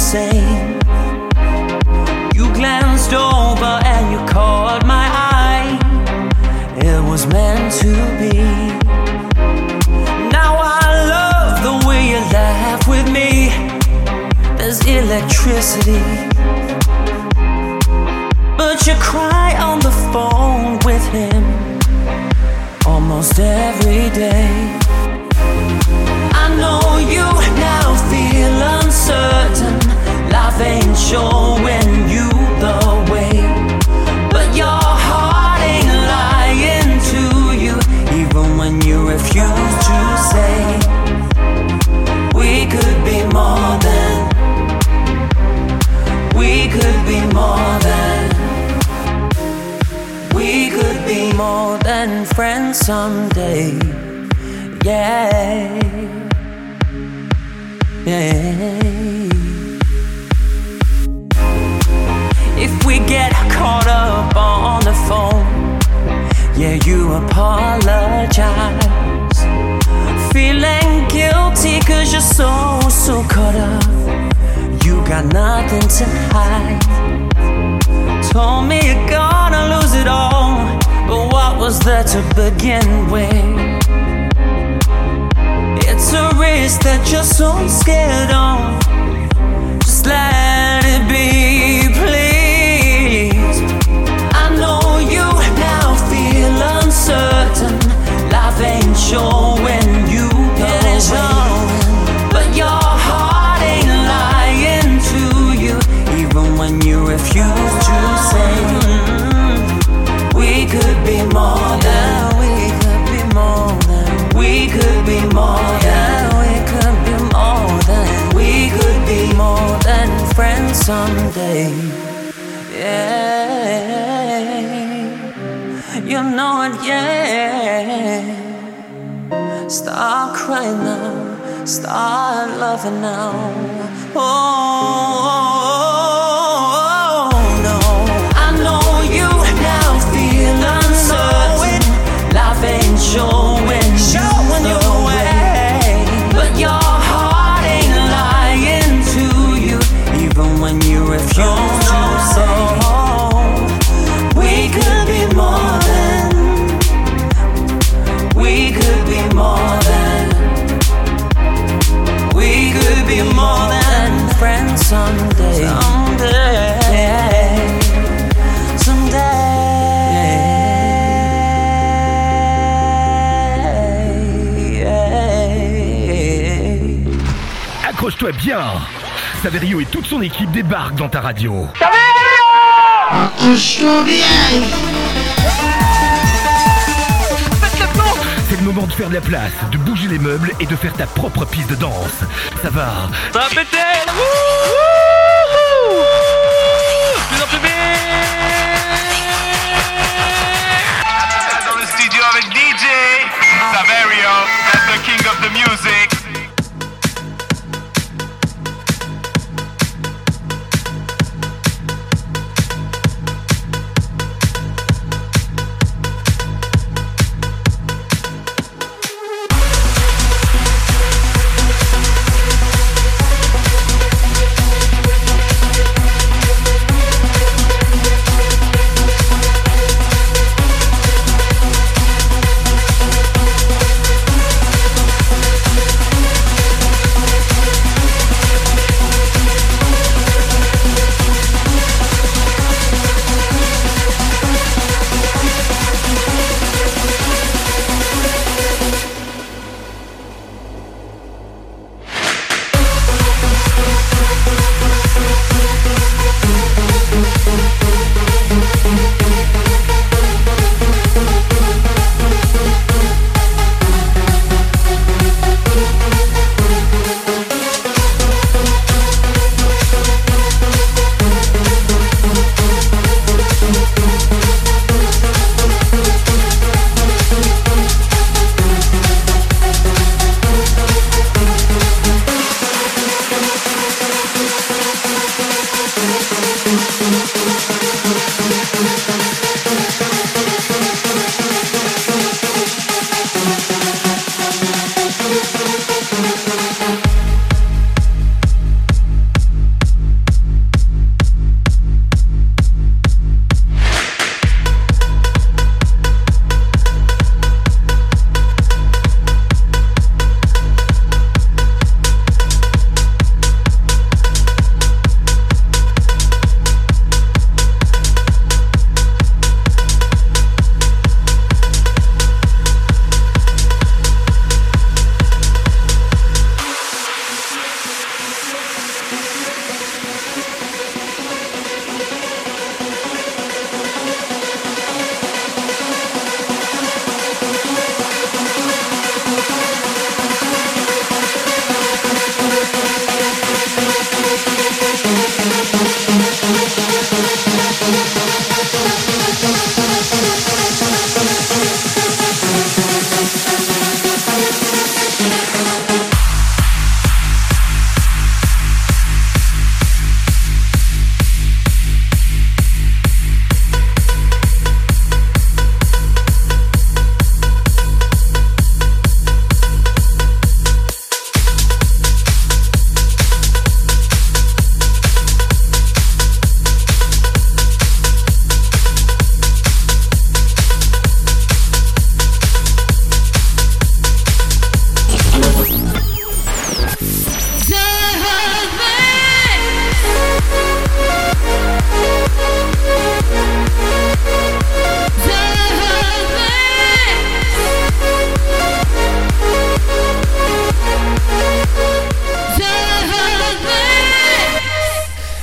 same. You glanced over and you caught my eye. It was meant to be. Now I love the way you laugh with me. There's electricity. But you cry on the phone with him almost every day. I know you now feel uncertain. Life ain't showing you the way. But your heart ain't lying to you, even when you refuse to say we could be more than. We could be more than. We could be more than friends someday. Yeah. Yeah. If we get caught up on the phone, yeah, you apologize. Feeling guilty 'cause you're so caught up. You got nothing to hide. Told me you're gonna lose it all, but what was there to begin with? It's a risk that you're so scared of. Just let it be, please. I know you now feel uncertain. Life ain't showing you the way. But your heart ain't lying to you, even when you refuse to say we could be more than. We could be more than. We could be more than. We could be more than. We could be more than friends someday. Yeah, you know it. Yeah, start crying now. Start loving now. Oh no, I know you now feel uncertain. Life ain't showing you the way. But your heart ain't lying to you, even when you refuse to say we could be more than. We could be more than. We could be more than friends someday. Accroche-toi bien. Saverio et toute son équipe débarquent dans ta radio. Accroche-toi bien. C'est le moment de faire de la place, de bouger les meubles et de faire ta propre piste de danse. Ça va. Ça va péter. Plus en plus vite. Dans le studio avec DJ Saverio, that's the king of the music.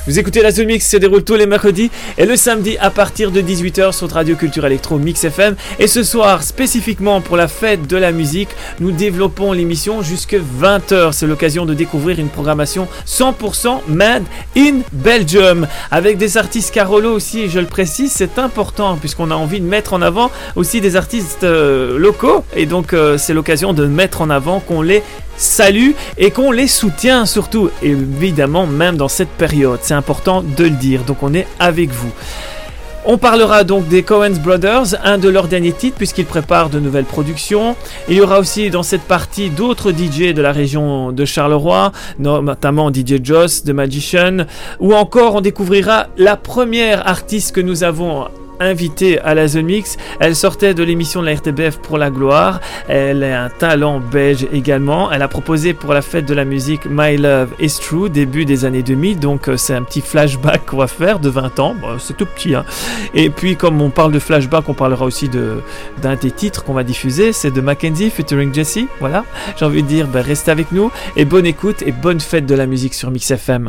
Vous écoutez la Zone Mix, se déroule tous les mercredis et le samedi à partir de 18h sur Radio Culture Electro Mix FM. Et ce soir, spécifiquement pour la fête de la musique, nous développons l'émission jusque 20h. C'est l'occasion de découvrir une programmation 100% made in Belgium. Avec des artistes Carolo aussi, et je le précise, c'est important puisqu'on a envie de mettre en avant aussi des artistes locaux. Et donc c'est l'occasion de mettre en avant qu'on les salue et qu'on les soutient surtout, et évidemment même dans cette période, c'est important de le dire, donc on est avec vous. On parlera donc des Coen Brothers, un de leurs derniers titres puisqu'ils préparent de nouvelles productions. Il y aura aussi dans cette partie d'autres DJ de la région de Charleroi, notamment DJ Joss, The Magician, ou encore on découvrira la première artiste que nous avons invitée à la Zone Mix. Elle sortait de l'émission de la RTBF pour la gloire. Elle est un talent belge également. Elle a proposé pour la fête de la musique My Love Is True début des années 2000. Donc c'est un petit flashback qu'on va faire de 20 ans. Bon, c'est tout petit, hein. Et puis comme on parle de flashback, on parlera aussi d'un des titres qu'on va diffuser. C'est de Mackenzie featuring Jessie. Voilà. J'ai envie de dire, restez avec nous et bonne écoute et bonne fête de la musique sur Mix FM.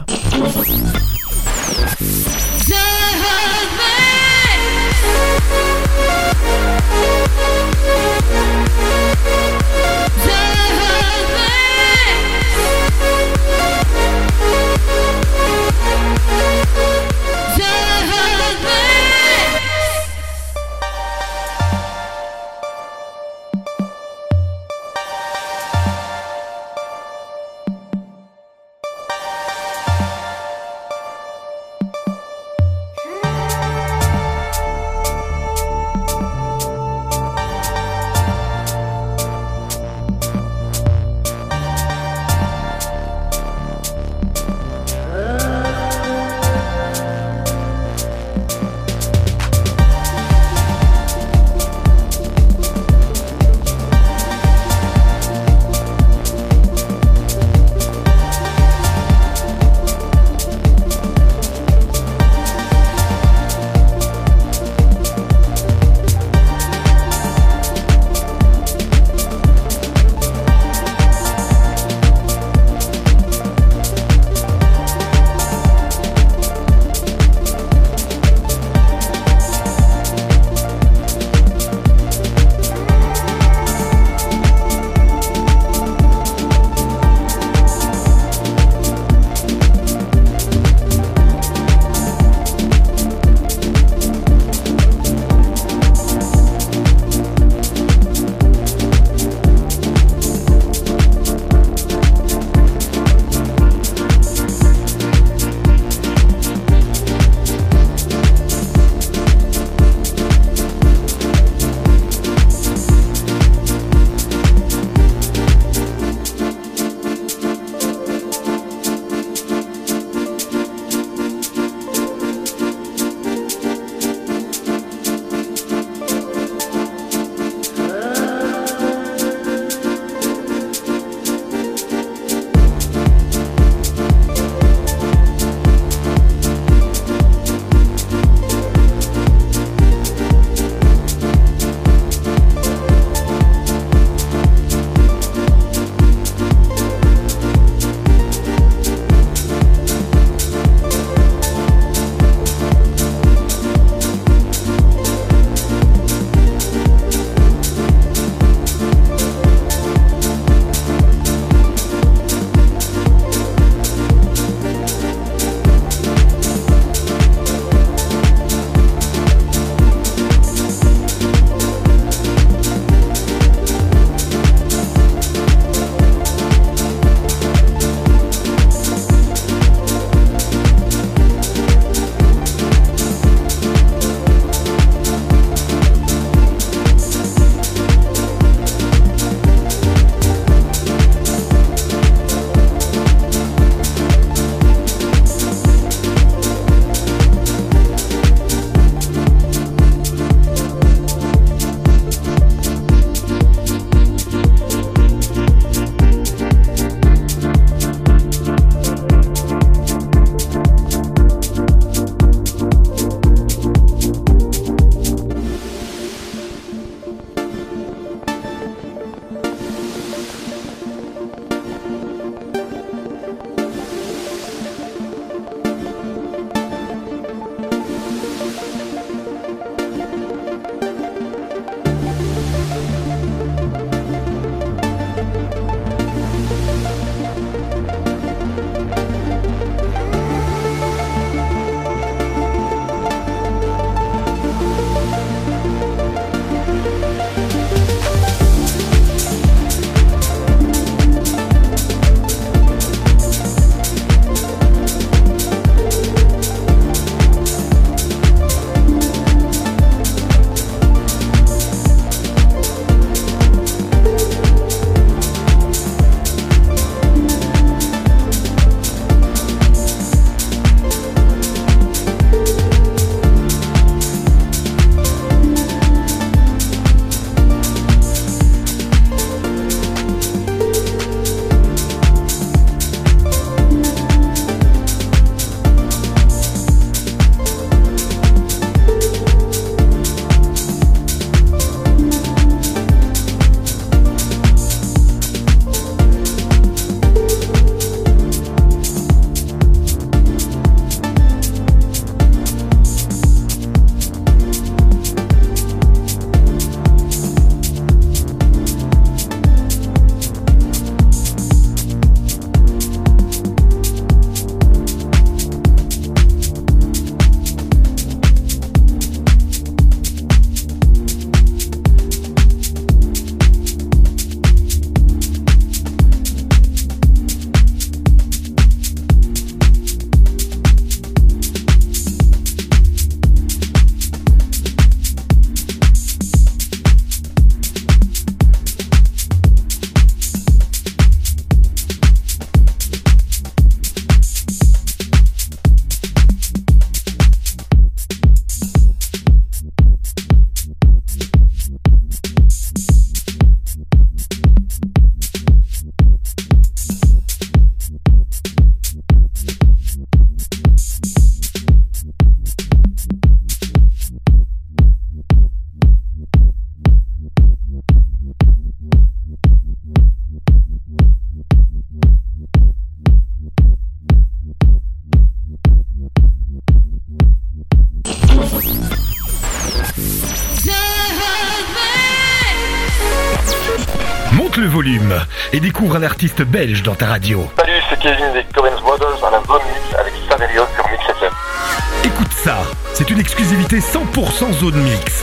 le volume et découvre un artiste belge dans ta radio. Salut, c'est Kevin des Coens Brothers à la Zone Mix avec Saverio sur Mix FM. Écoute ça, c'est une exclusivité 100% Zone Mix.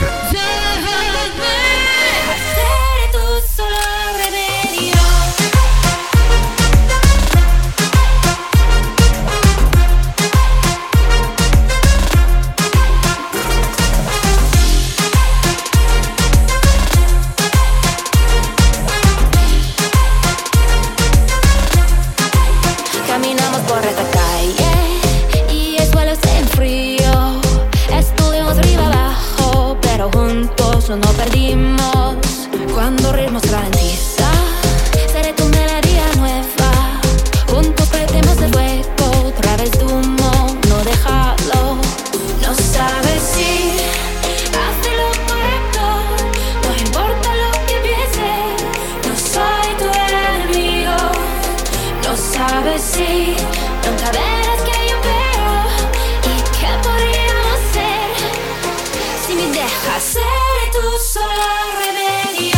Caminamos por esta calle y el suelo está en frío. Estuvimos arriba abajo, pero juntos no nos perdimos. Cuando ritmos ralentiza, seré tu melodía nueva. Juntos prendemos el fuego, otra vez de humo, no dejarlo. No sabes si hace lo correcto, no importa lo que pienses, no soy tu enemigo. No sabes si nunca verás que yo veo y qué podríamos ser si me dejas ser tu solo remedio.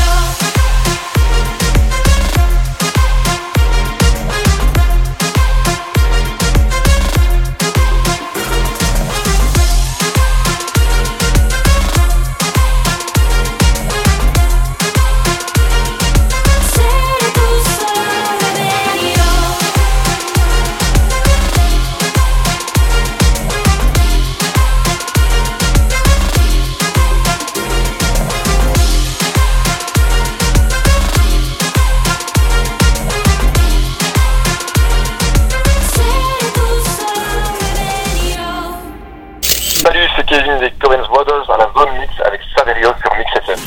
Ser tu solo remedio. Salut, c'est Kevin des Coens Brothers à la Zone Mix avec Saverio sur Mix FM.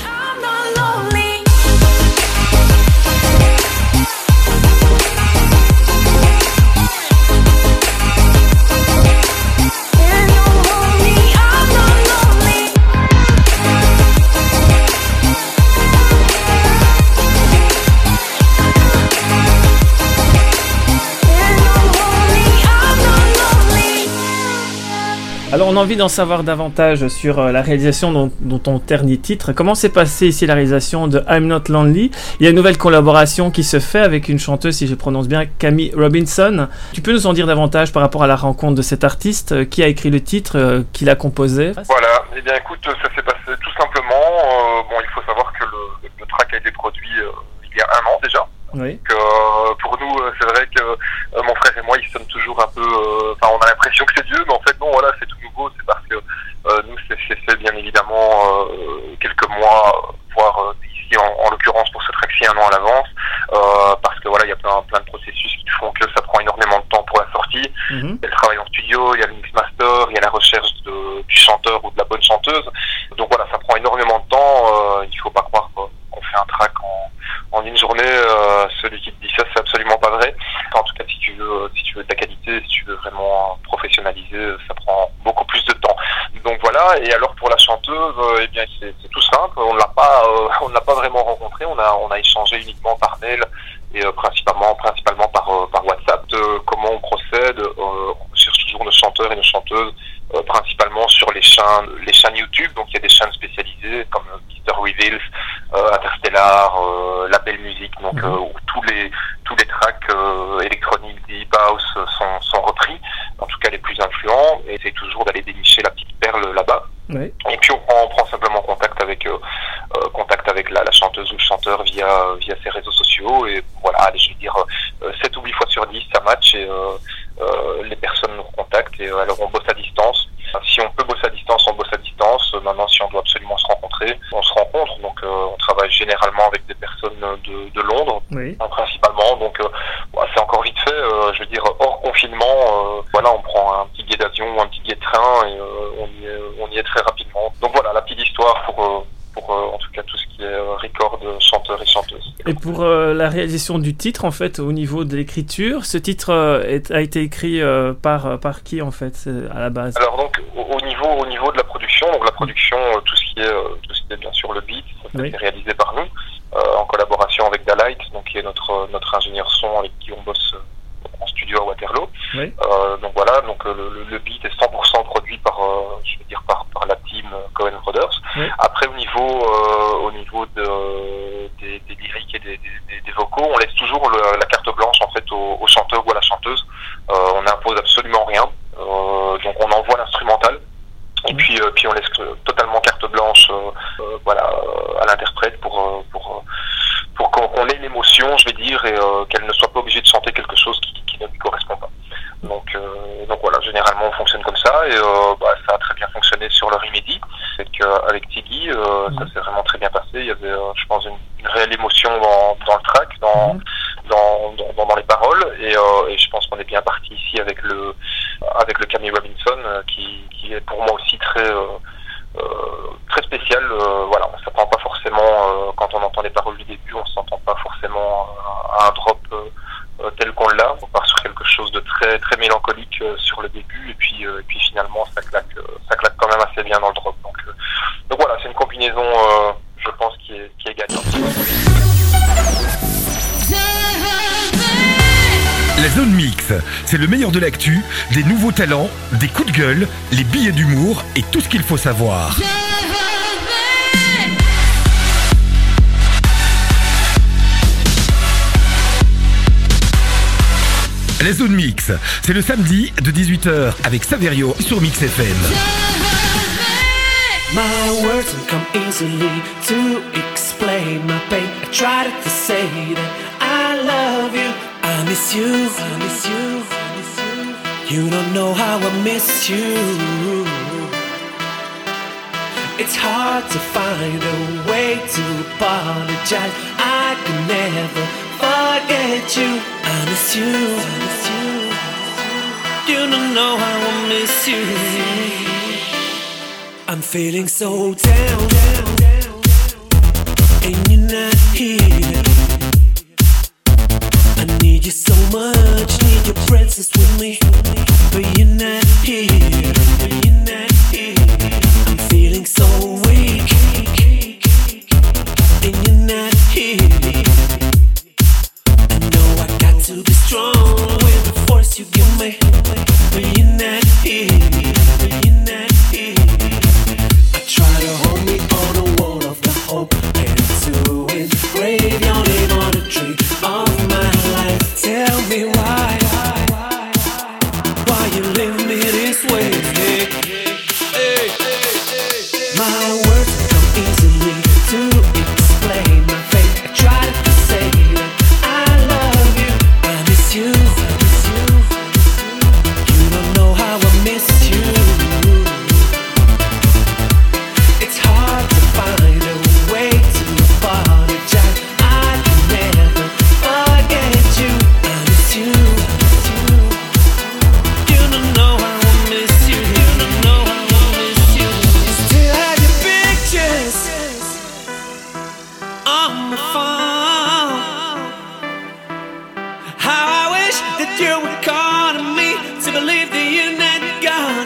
Alors on a envie d'en savoir davantage sur la réalisation dont ton dernier titre. Comment s'est passée ici la réalisation de I'm Not Lonely? Il y a une nouvelle collaboration qui se fait avec une chanteuse, si je prononce bien, Camille Robinson. Tu peux nous en dire davantage par rapport à la rencontre de cet artiste? Qui a écrit le titre? Qui l'a composé? Voilà, eh bien écoute, ça s'est passé tout simplement. Bon, il faut savoir que le track a été produit il y a 1 an déjà. Oui. Donc, pour nous, c'est vrai que mon frère et moi, ils sonnent toujours un peu. Enfin, on a l'impression que c'est vieux, mais en fait, non, voilà, c'est tout nouveau. C'est parce que nous, c'est fait bien évidemment quelques mois, voire ici, en l'occurrence pour ce track-ci, 1 an à l'avance. Parce que voilà, il y a plein de processus qui font que ça prend énormément de temps pour la sortie. Il y a le travail en studio, il y a le mix master, il y a la recherche du chanteur ou de la bonne chanteuse. Donc voilà, ça prend énormément de temps. Il faut pas croire qu'on fait un track en une journée. Celui qui te dit ça, c'est absolument pas vrai. En tout cas, si tu veux de la qualité, si tu veux vraiment professionnaliser, ça prend beaucoup plus de temps. Donc voilà. Et alors pour la chanteuse, eh bien c'est tout simple. On ne l'a pas vraiment rencontrée. On a échangé uniquement par mail et principalement par WhatsApp. Comment on procède? On cherche toujours nos chanteurs et nos chanteuses principalement sur les chaînes YouTube. Donc il y a des chaînes spécialisées comme Mr. Reveals, Interstellar, Label Music, donc où tous les tracks électroniques, deep house sont repris, en tout cas les plus influents, et c'est toujours d'aller dénicher la petite perle là-bas. Oui. Et puis on prend simplement contact avec la chanteuse ou le chanteur via ses réseaux sociaux, et voilà, allez, je vais dire 7 ou 8 fois sur 10 ça match, et les personnes nous recontactent, et alors on bosse à distance. Si on peut bosser à distance, on bosse à distance. Maintenant, si on doit absolument se rencontrer, on se rencontre. Donc on travaille généralement avec des personnes de Londres, oui, principalement. Donc c'est encore vite fait, je veux dire hors confinement. Voilà, on prend un petit billet d'avion ou un petit billet de train, et on y est très rapidement. Donc voilà, la petite histoire pour en tout cas tout ce qui est record, chanteurs et chanteuses. Et pour la réalisation du titre, en fait, au niveau de l'écriture, ce titre a été écrit par qui, en fait, à la base? Alors donc au niveau de la production, donc la production, tout ce qui est bien sûr le beat, ça a été réalisé par nous en collaboration avec Dalight, donc qui est notre ingénieur son avec qui on bosse studio à Waterloo. Oui. Donc voilà, donc le beat est 100% produit par la team Cohen Brothers. Oui. Après au niveau des lyriques et des vocaux, on laisse toujours la carte blanche en fait au chanteur ou à la chanteuse. On n'impose absolument rien. Donc on envoie l'instrumental. Et puis on laisse totalement carte blanche à l'interprète pour qu'on ait l'émotion, je vais dire, et qu'elle ne soit pas obligée de chanter quelque chose qui ne lui correspond pas. Donc voilà, généralement on fonctionne comme ça, et ça a très bien fonctionné sur le Remedy avec Tiggy. Ça s'est vraiment très bien passé. Il y avait, je pense, une réelle émotion dans le track, dans les paroles, et je pense qu'on est bien parti ici avec le Camille Robinson, qui est pour moi aussi très spécial. Voilà, on s'attend pas forcément, quand on entend les paroles du début, on s'entend pas forcément à un drop tel qu'on l'a. On part sur quelque chose de très très mélancolique sur le début, et puis finalement ça claque quand même assez bien dans le drop. Donc voilà, c'est une combinaison, je pense, qui est gagnante. La zone mix, c'est le meilleur de l'actu, des nouveaux talents, des coups de gueule, les billets d'humour et tout ce qu'il faut savoir. La zone mix, c'est le samedi de 18h avec Saverio sur Mix FM. My words don't come easily to explain my pain. I tried to say that I love you, I miss you, I miss you, I miss you. You don't know how I miss you. It's hard to find a way to apologize. I can never forget you. I miss you, I miss you. You don't know how I miss you. I'm feeling so down, and you're not here. I need you so much, need your presence with me, but you're not here, but you're not here. I'm feeling so weak, and you're not here. I know I got to be strong with the force you give me, but you're not here, but you're not here. Try to hold me on the wall of the hope, and to engrave your name on a tree of my life. Tell me why you leave me this way? Hey. My words come easily to explain my fate. I try to say that I love you, I miss you, I miss you. You don't know how I miss you. It's hard to find a way to apologize. I can never forget you. I miss you, I miss you. You don't know how I miss you. You don't know how I miss you. Still have your pictures on my phone. How I wish that you would call to me to believe that you're not gone.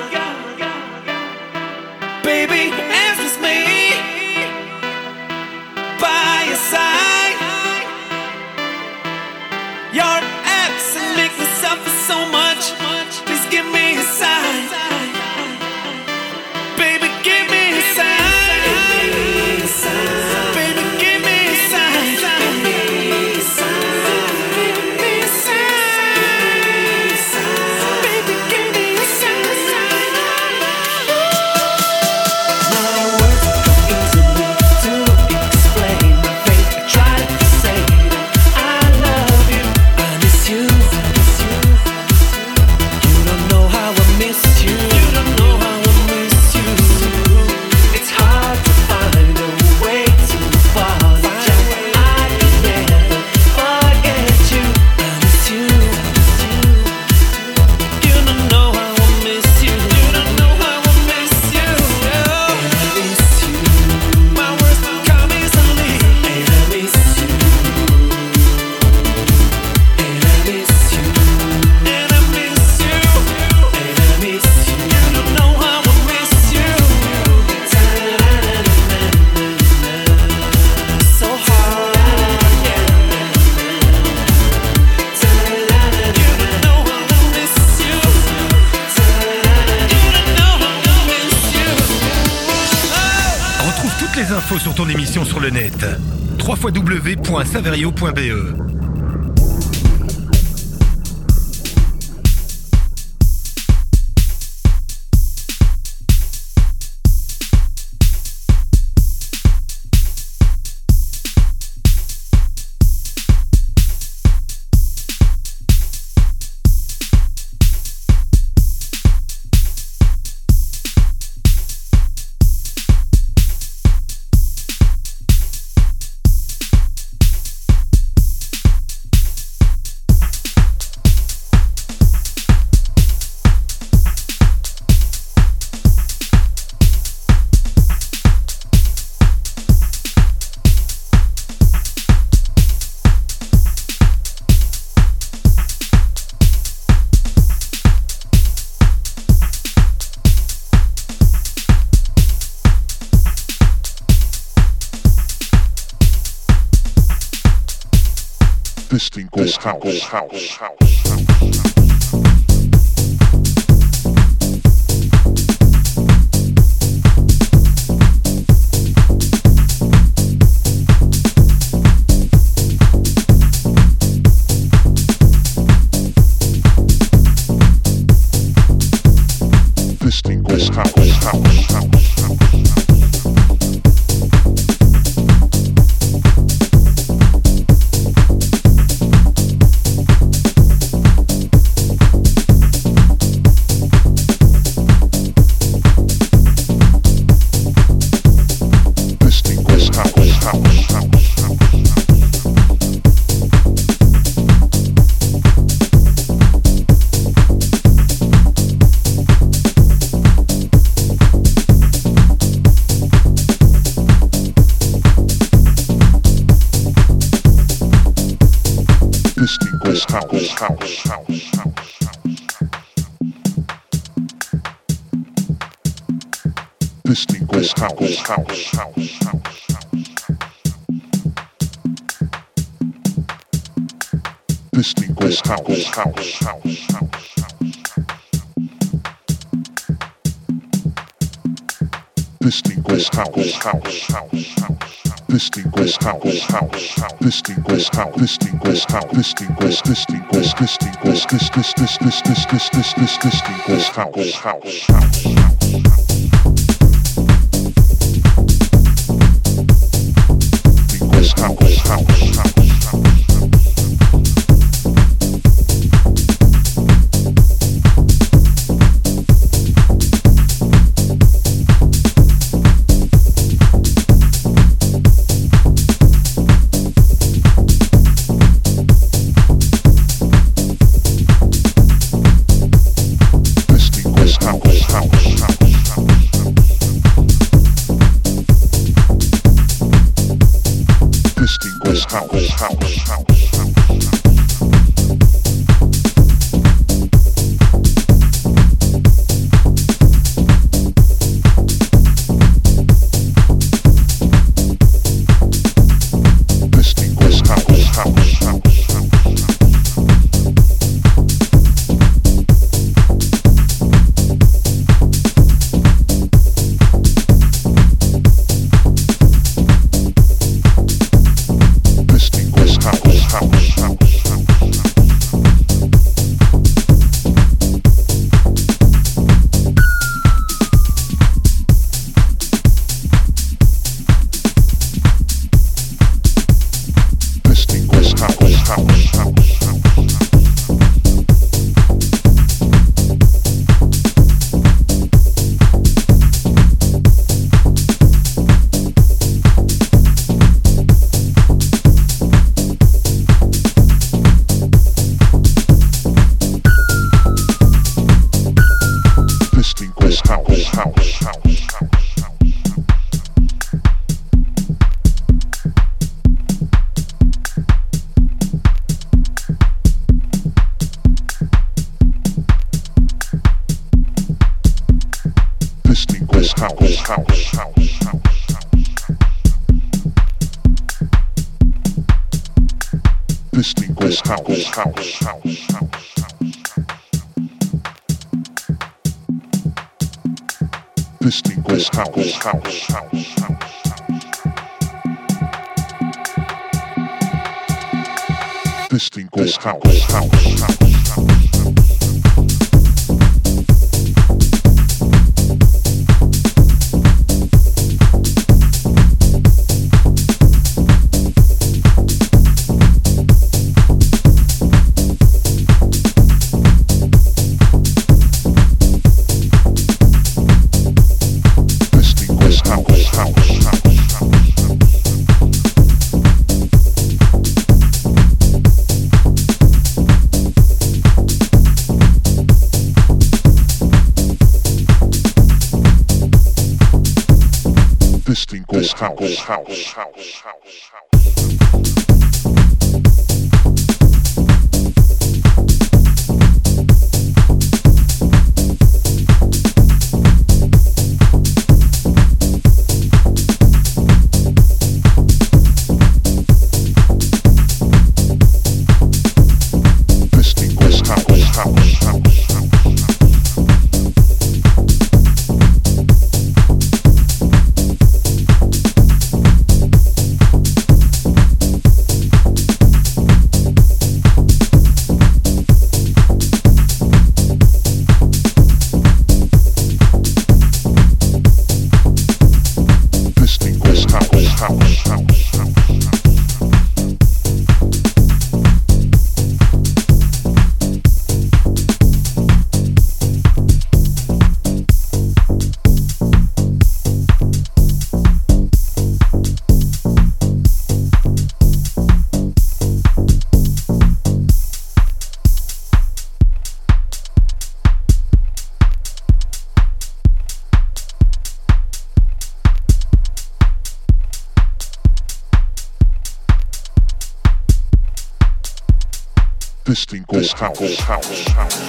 Baby, it's just me by your side. Your ex make me suffer so much. Please give me a sign. Baby, give me a sign. Baby, give me a sign. Give me a sign. Baby, give me a sign. My words come easily to explain my fate. I try to say that I love you, I miss you, I miss you. You don't know how I miss infos sur ton émission sur le net. www.saverio.be. This thing goes house. This thing goes house. This thing goes house. This thing goes house. This thing goes house. This thing goes house. This thing goes house. This thing goes house. This thing goes house. This thing goes. This thing goes. This thing goes. This thing goes house. This thing goes house. This thing goes house. Piston Goes House. Piston Goes House. Piston Goes House.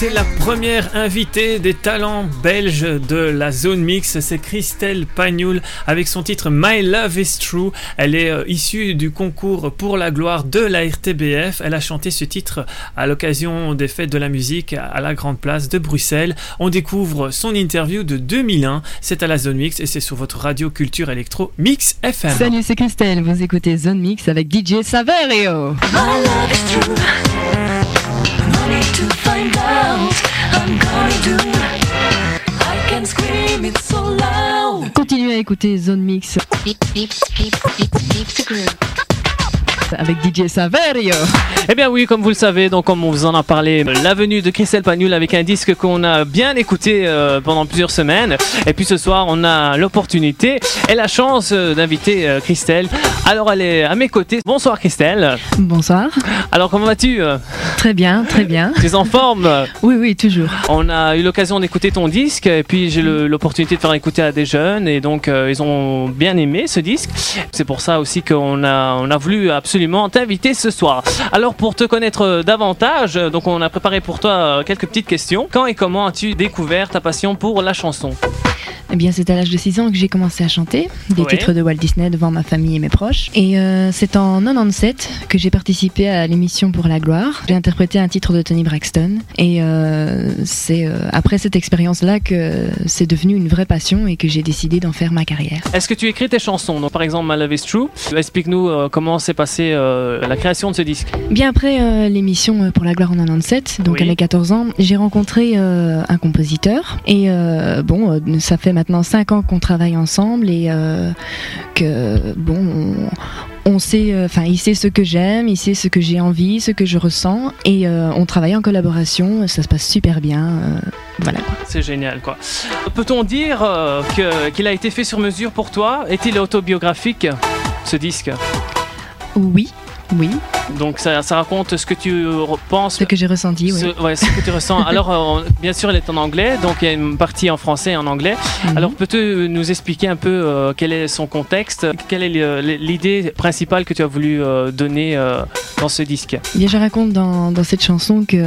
C'est la première invitée des talents belges de la Zone Mix, c'est Christelle Pagnoul avec son titre My Love is True. Elle est issue du concours pour la gloire de la RTBF. Elle a chanté ce titre à l'occasion des fêtes de la musique à la Grande Place de Bruxelles. On découvre son interview de 2001, c'est à la Zone Mix et c'est sur votre radio culture électro Mix FM. Salut, c'est Christelle, vous écoutez Zone Mix avec DJ Saverio. My love is true. No need to find out. I'm gonna do. I can scream it so loud. Continuez à écouter Zone Mix avec DJ Saverio. Eh bien oui, comme vous le savez, donc comme on vous en a parlé, la venue de Christelle Pagnoul avec un disque qu'on a bien écouté pendant plusieurs semaines. Et puis ce soir, on a l'opportunité et la chance d'inviter Christelle. Alors elle est à mes côtés. Bonsoir Christelle. Bonsoir. Alors comment vas-tu? Très bien, très bien. Tu es en forme? Oui, oui, toujours. On a eu l'occasion d'écouter ton disque et puis j'ai l'opportunité de faire écouter à des jeunes et donc ils ont bien aimé ce disque. C'est pour ça aussi qu'on a voulu absolument t'inviter ce soir. Alors pour te connaître davantage, donc on a préparé pour toi quelques petites questions. Quand et comment as-tu découvert ta passion pour la chanson? Eh bien, c'est à l'âge de 6 ans que j'ai commencé à chanter des titres de Walt Disney devant ma famille et mes proches. Et c'est en 97 que j'ai participé à l'émission Pour la gloire. J'ai interprété un titre de Tony Braxton. Et c'est après cette expérience-là que c'est devenu une vraie passion et que j'ai décidé d'en faire ma carrière. Est-ce que tu écris tes chansons? Donc, par exemple, My Love is True. Explique-nous comment s'est passée la création de ce disque. Bien après l'émission Pour la gloire en 97, donc à mes 14 ans, j'ai rencontré un compositeur. Et ça fait maintenant 5 ans qu'on travaille ensemble et on sait, il sait ce que j'aime, il sait ce que j'ai envie, ce que je ressens et on travaille en collaboration, ça se passe super bien, voilà. C'est génial quoi. Peut-on dire qu'il a été fait sur mesure pour toi? Est-il autobiographique ce disque? Oui. Oui. Donc ça raconte ce que tu penses. Ce que j'ai ressenti, oui. Ce que tu ressens. Alors, bien sûr, elle est en anglais, donc il y a une partie en français et en anglais. Mm-hmm. Alors, peux-tu nous expliquer un peu quel est son contexte? Quelle est l'idée principale que tu as voulu donner dans ce disque? Bien, je raconte dans cette chanson que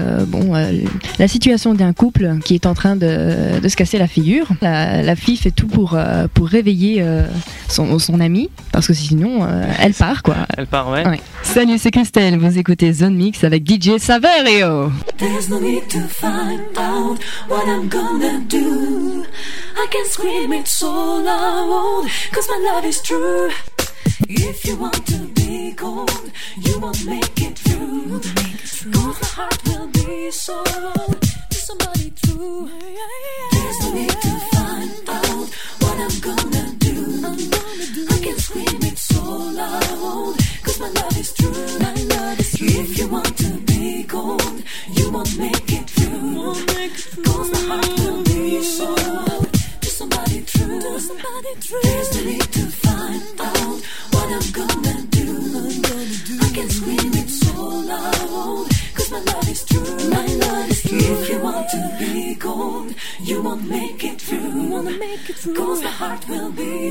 la situation d'un couple qui est en train de se casser la figure. La fille fait tout pour réveiller son amie, parce que sinon, elle part, quoi. Elle part, ouais. Salut, c'est Christelle, vous écoutez Zone Mix avec DJ Saverio. There's no need to find out what I'm gonna do. I can scream it so loud, cause my love is true. If you want to be cold, you won't make it through. Cause my heart will be so old to somebody true. There's no need to find out what I'm gonna do. I can scream it so loud, cause my love is true. My love is true. If you want to be cold, you won't make it through. Cause my heart will be so loud to somebody true. There's no need to find out what I'm gonna do. I can scream it so loud, cause my love is true. My love is true. If you want to be cold, you won't make it through. Cause my heart will be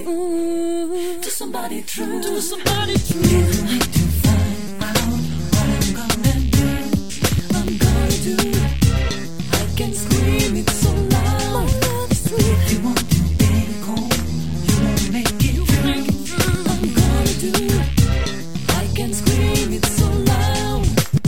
to somebody true. To somebody true. If you need to find out what I'm gonna do, I'm gonna do. I can scream it so loud. My love is true. If you want to be cold, you won't make it through. I'm gonna do. I can scream it so loud.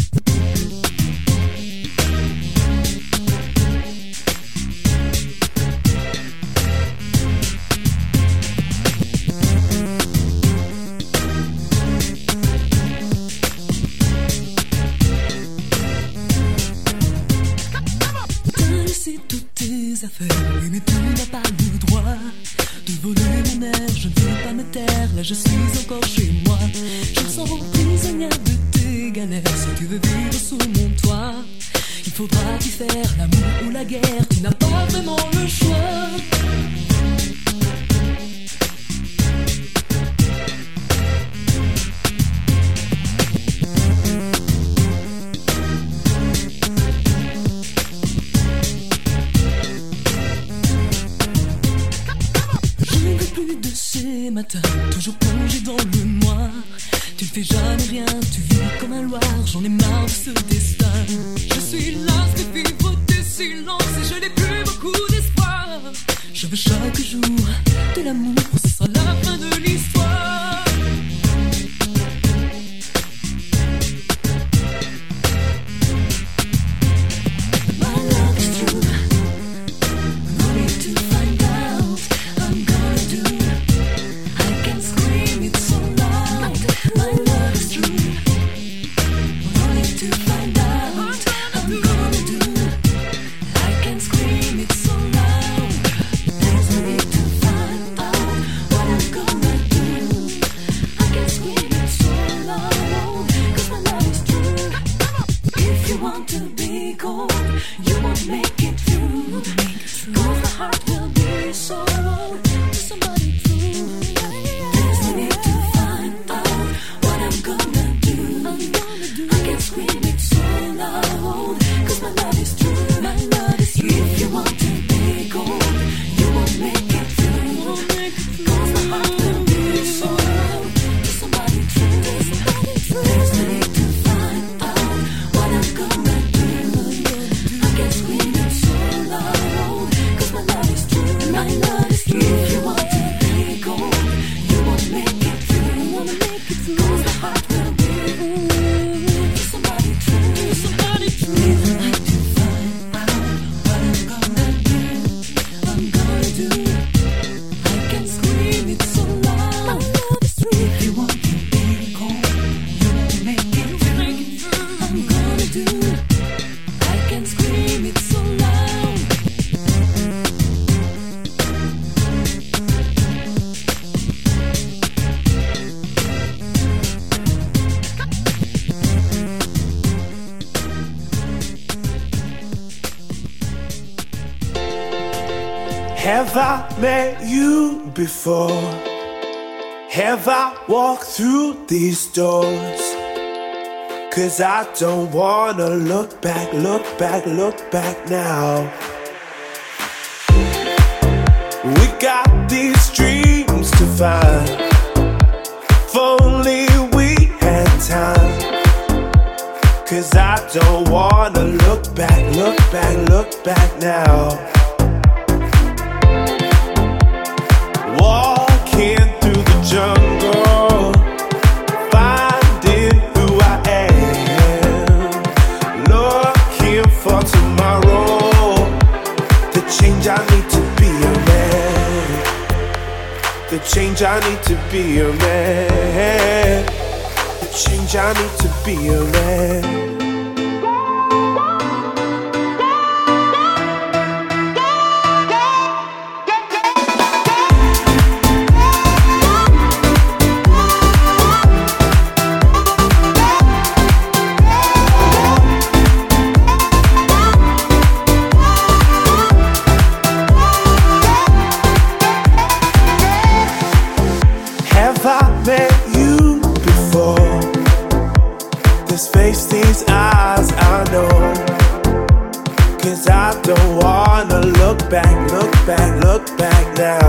Affaires, mais tu n'as pas le droit de voler mon air. Je ne vais pas me taire, là je suis encore chez moi. Je me sens prisonnière de tes galères. Si tu veux vivre sous mon toit, il faudra-t-il faire l'amour ou la guerre? Tu n'as pas vraiment le choix. Matin, toujours plongé dans le noir. Tu ne fais jamais rien, tu vis comme un loir. J'en ai marre de ce destin. Je suis las de vivre tes silence et je n'ai plus beaucoup d'espoir. Je veux chaque jour de l'amour, ce sera la fin de l'histoire. My love is true. No need to find out. I'm gonna do. I can scream it so loud. My love is true. No need to find out. I'm gonna do. I can scream it so loud. There's no need to find out what I'm gonna do. I can scream it so loud, 'cause my love is true. If you want to be cold, you won't make it through. 'Cause the heart will be sorrow to somebody true. There's no need to find out what I'm gonna do. I can scream it so loud, 'cause my love is true. My love is true. If you want to be cold, you won't make it through. 'Cause the heart will be sorrow to somebody true. There's no need to find out what I'm gonna do. I can scream it so loud, 'cause my love is true. My love is true. If you want to be cold, you won't make it through. 'Cause the heart will be to somebody true. Somebody true. If you want to find out what I'm gonna do, I'm gonna do. I can scream it so loud. My love is true. If you want to be cold, you won't make it through. I'm gonna do. I can scream it so loud. Have I met you before? Have I walked through these doors? 'Cause I don't wanna look back, look back, look back now. We got these dreams to find. If only we had time. 'Cause I don't wanna look back, look back, look back now. Walking through the jungle, finding who I am, looking for tomorrow. The change I need to be a man. The change I need to be a man. The change I need to be a man. Have I met you before? This face, these eyes, I know. 'Cause I don't wanna look back, look back, look back now.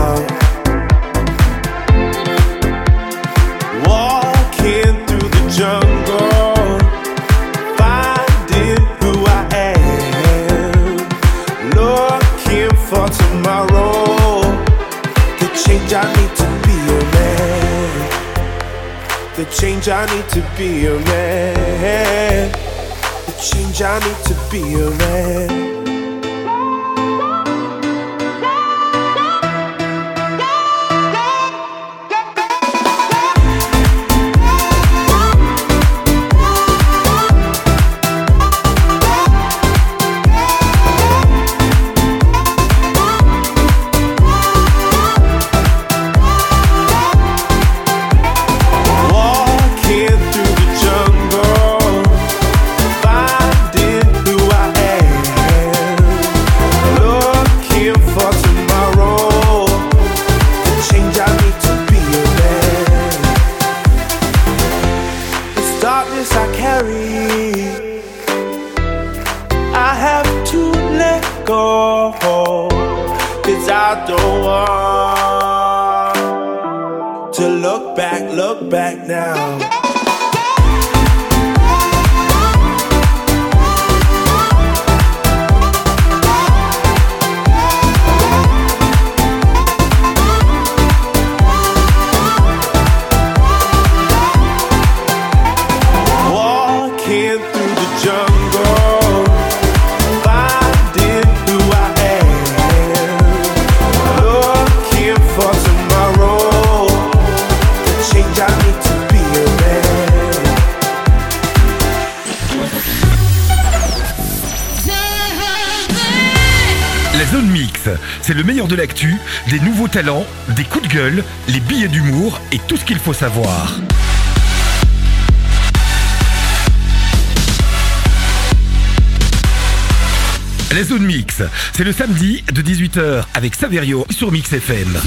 Walking through the jungle, finding who I am, looking for tomorrow. The change I need to be a man. The change I need to be a man. The change I need to be a man. Walking through the jungle, finding who I am, looking for tomorrow. The change I need to be a man. This darkness I carry, I have to let go. 'Cause I don't want to look back now. c'est le meilleur de l'actu, des nouveaux talents, des coups de gueule, les billets d'humour et tout ce qu'il faut savoir. La Zone Mix, c'est le samedi de 18h avec Saverio sur Mix FM.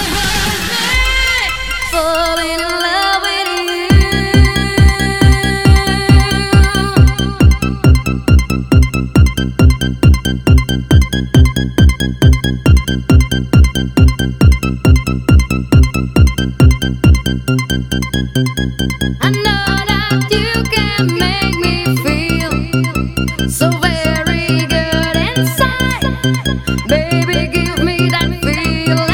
I know that you can make me feel so very good inside. Baby, give me that feeling.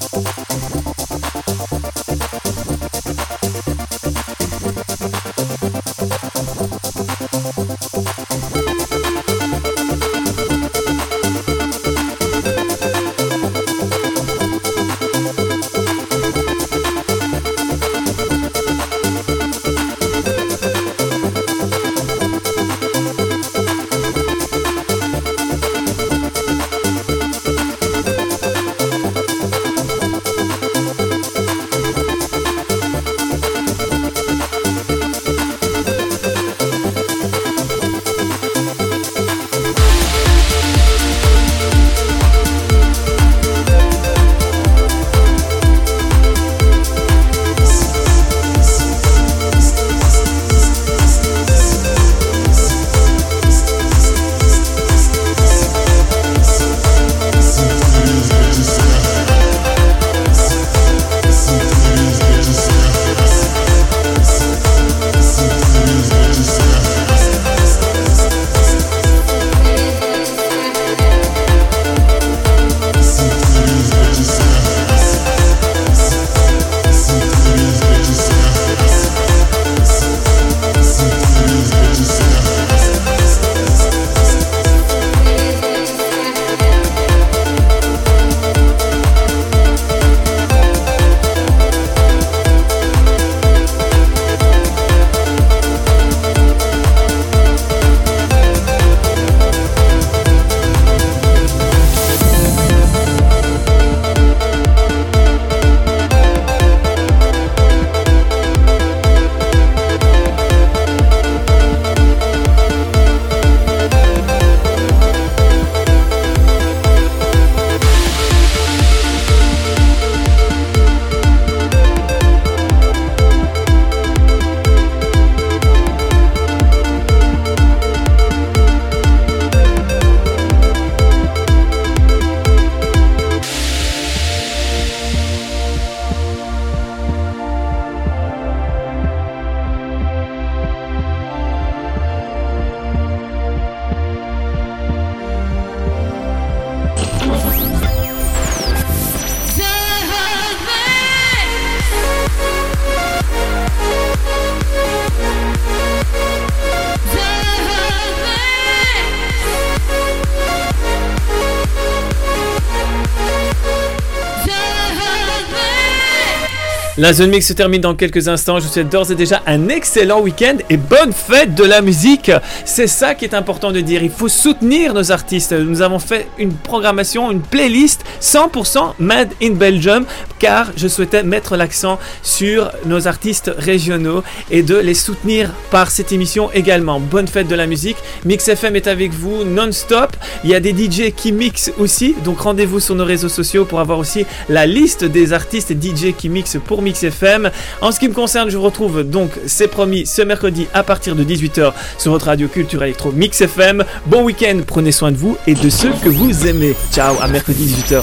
La Zone Mix se termine dans quelques instants. Je vous souhaite d'ores et déjà un excellent week-end et bonne fête de la musique. C'est ça qui est important de dire. Il faut soutenir nos artistes. Nous avons fait une programmation, une playlist 100% Made in Belgium, car je souhaitais mettre l'accent sur nos artistes régionaux et de les soutenir par cette émission également. Bonne fête de la musique. Mix FM est avec vous non-stop. Il y a des DJ qui mixent aussi, donc rendez-vous sur nos réseaux sociaux pour avoir aussi la liste des artistes et DJ qui mixent pour Mix FM. En ce qui me concerne, je vous retrouve donc, c'est promis, ce mercredi à partir de 18h sur votre radio culture électro Mix FM. Bon week-end, prenez soin de vous et de ceux que vous aimez. Ciao, à mercredi 18h.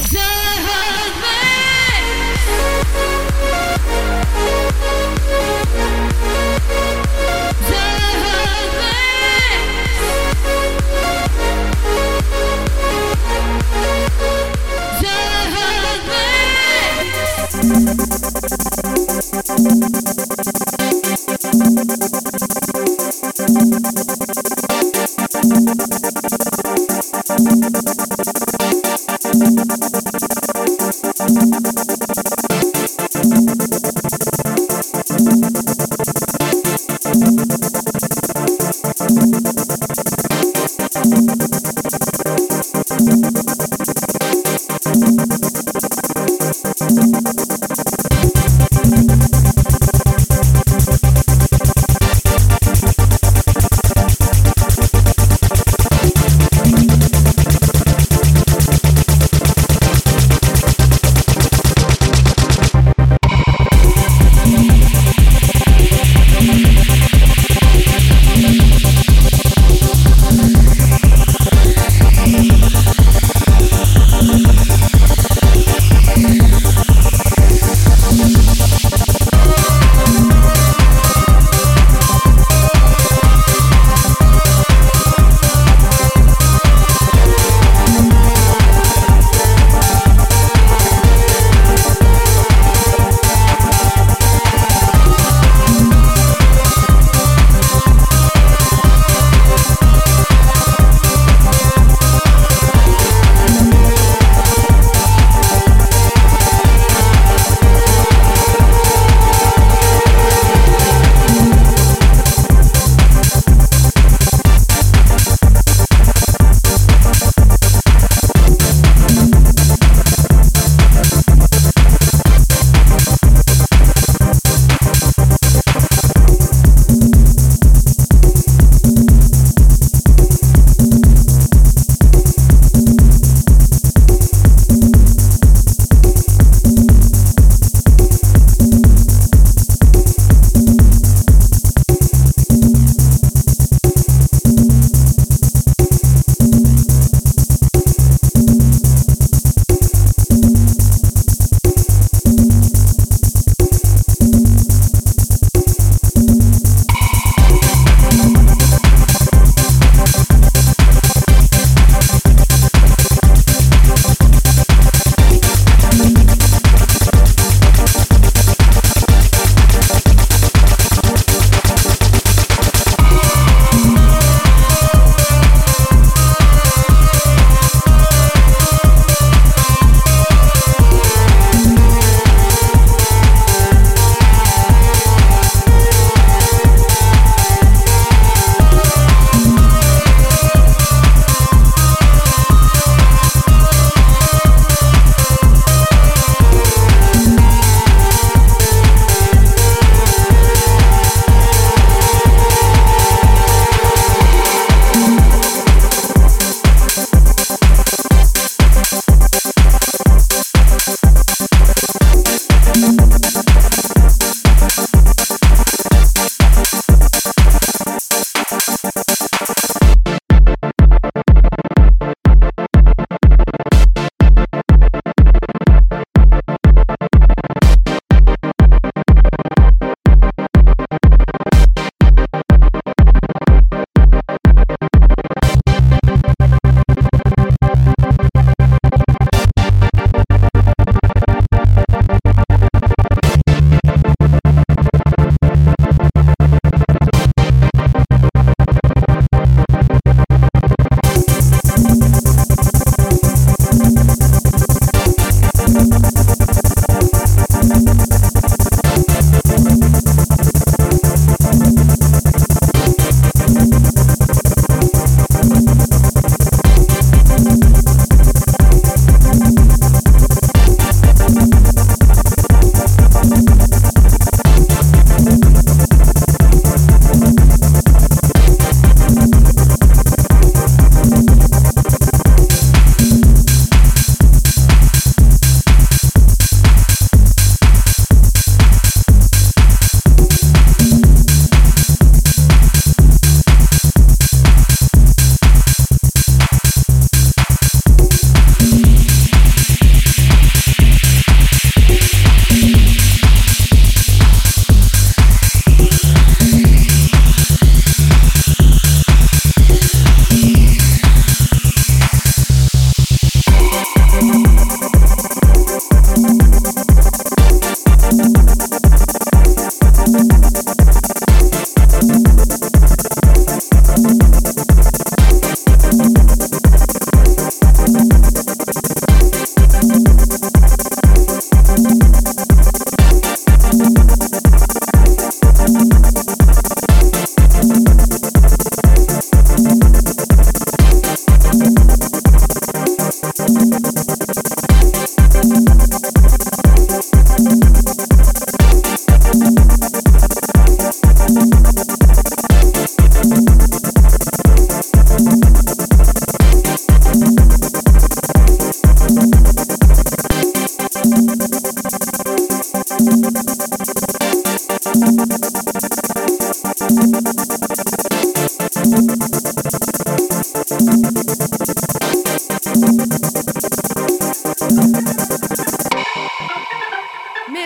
Thank you.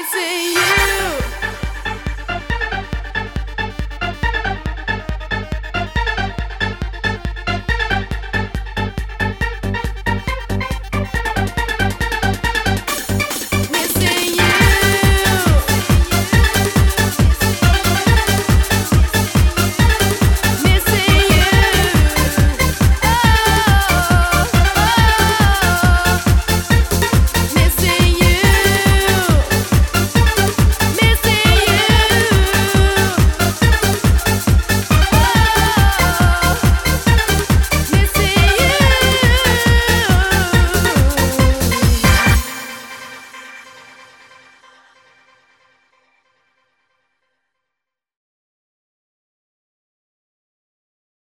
say you.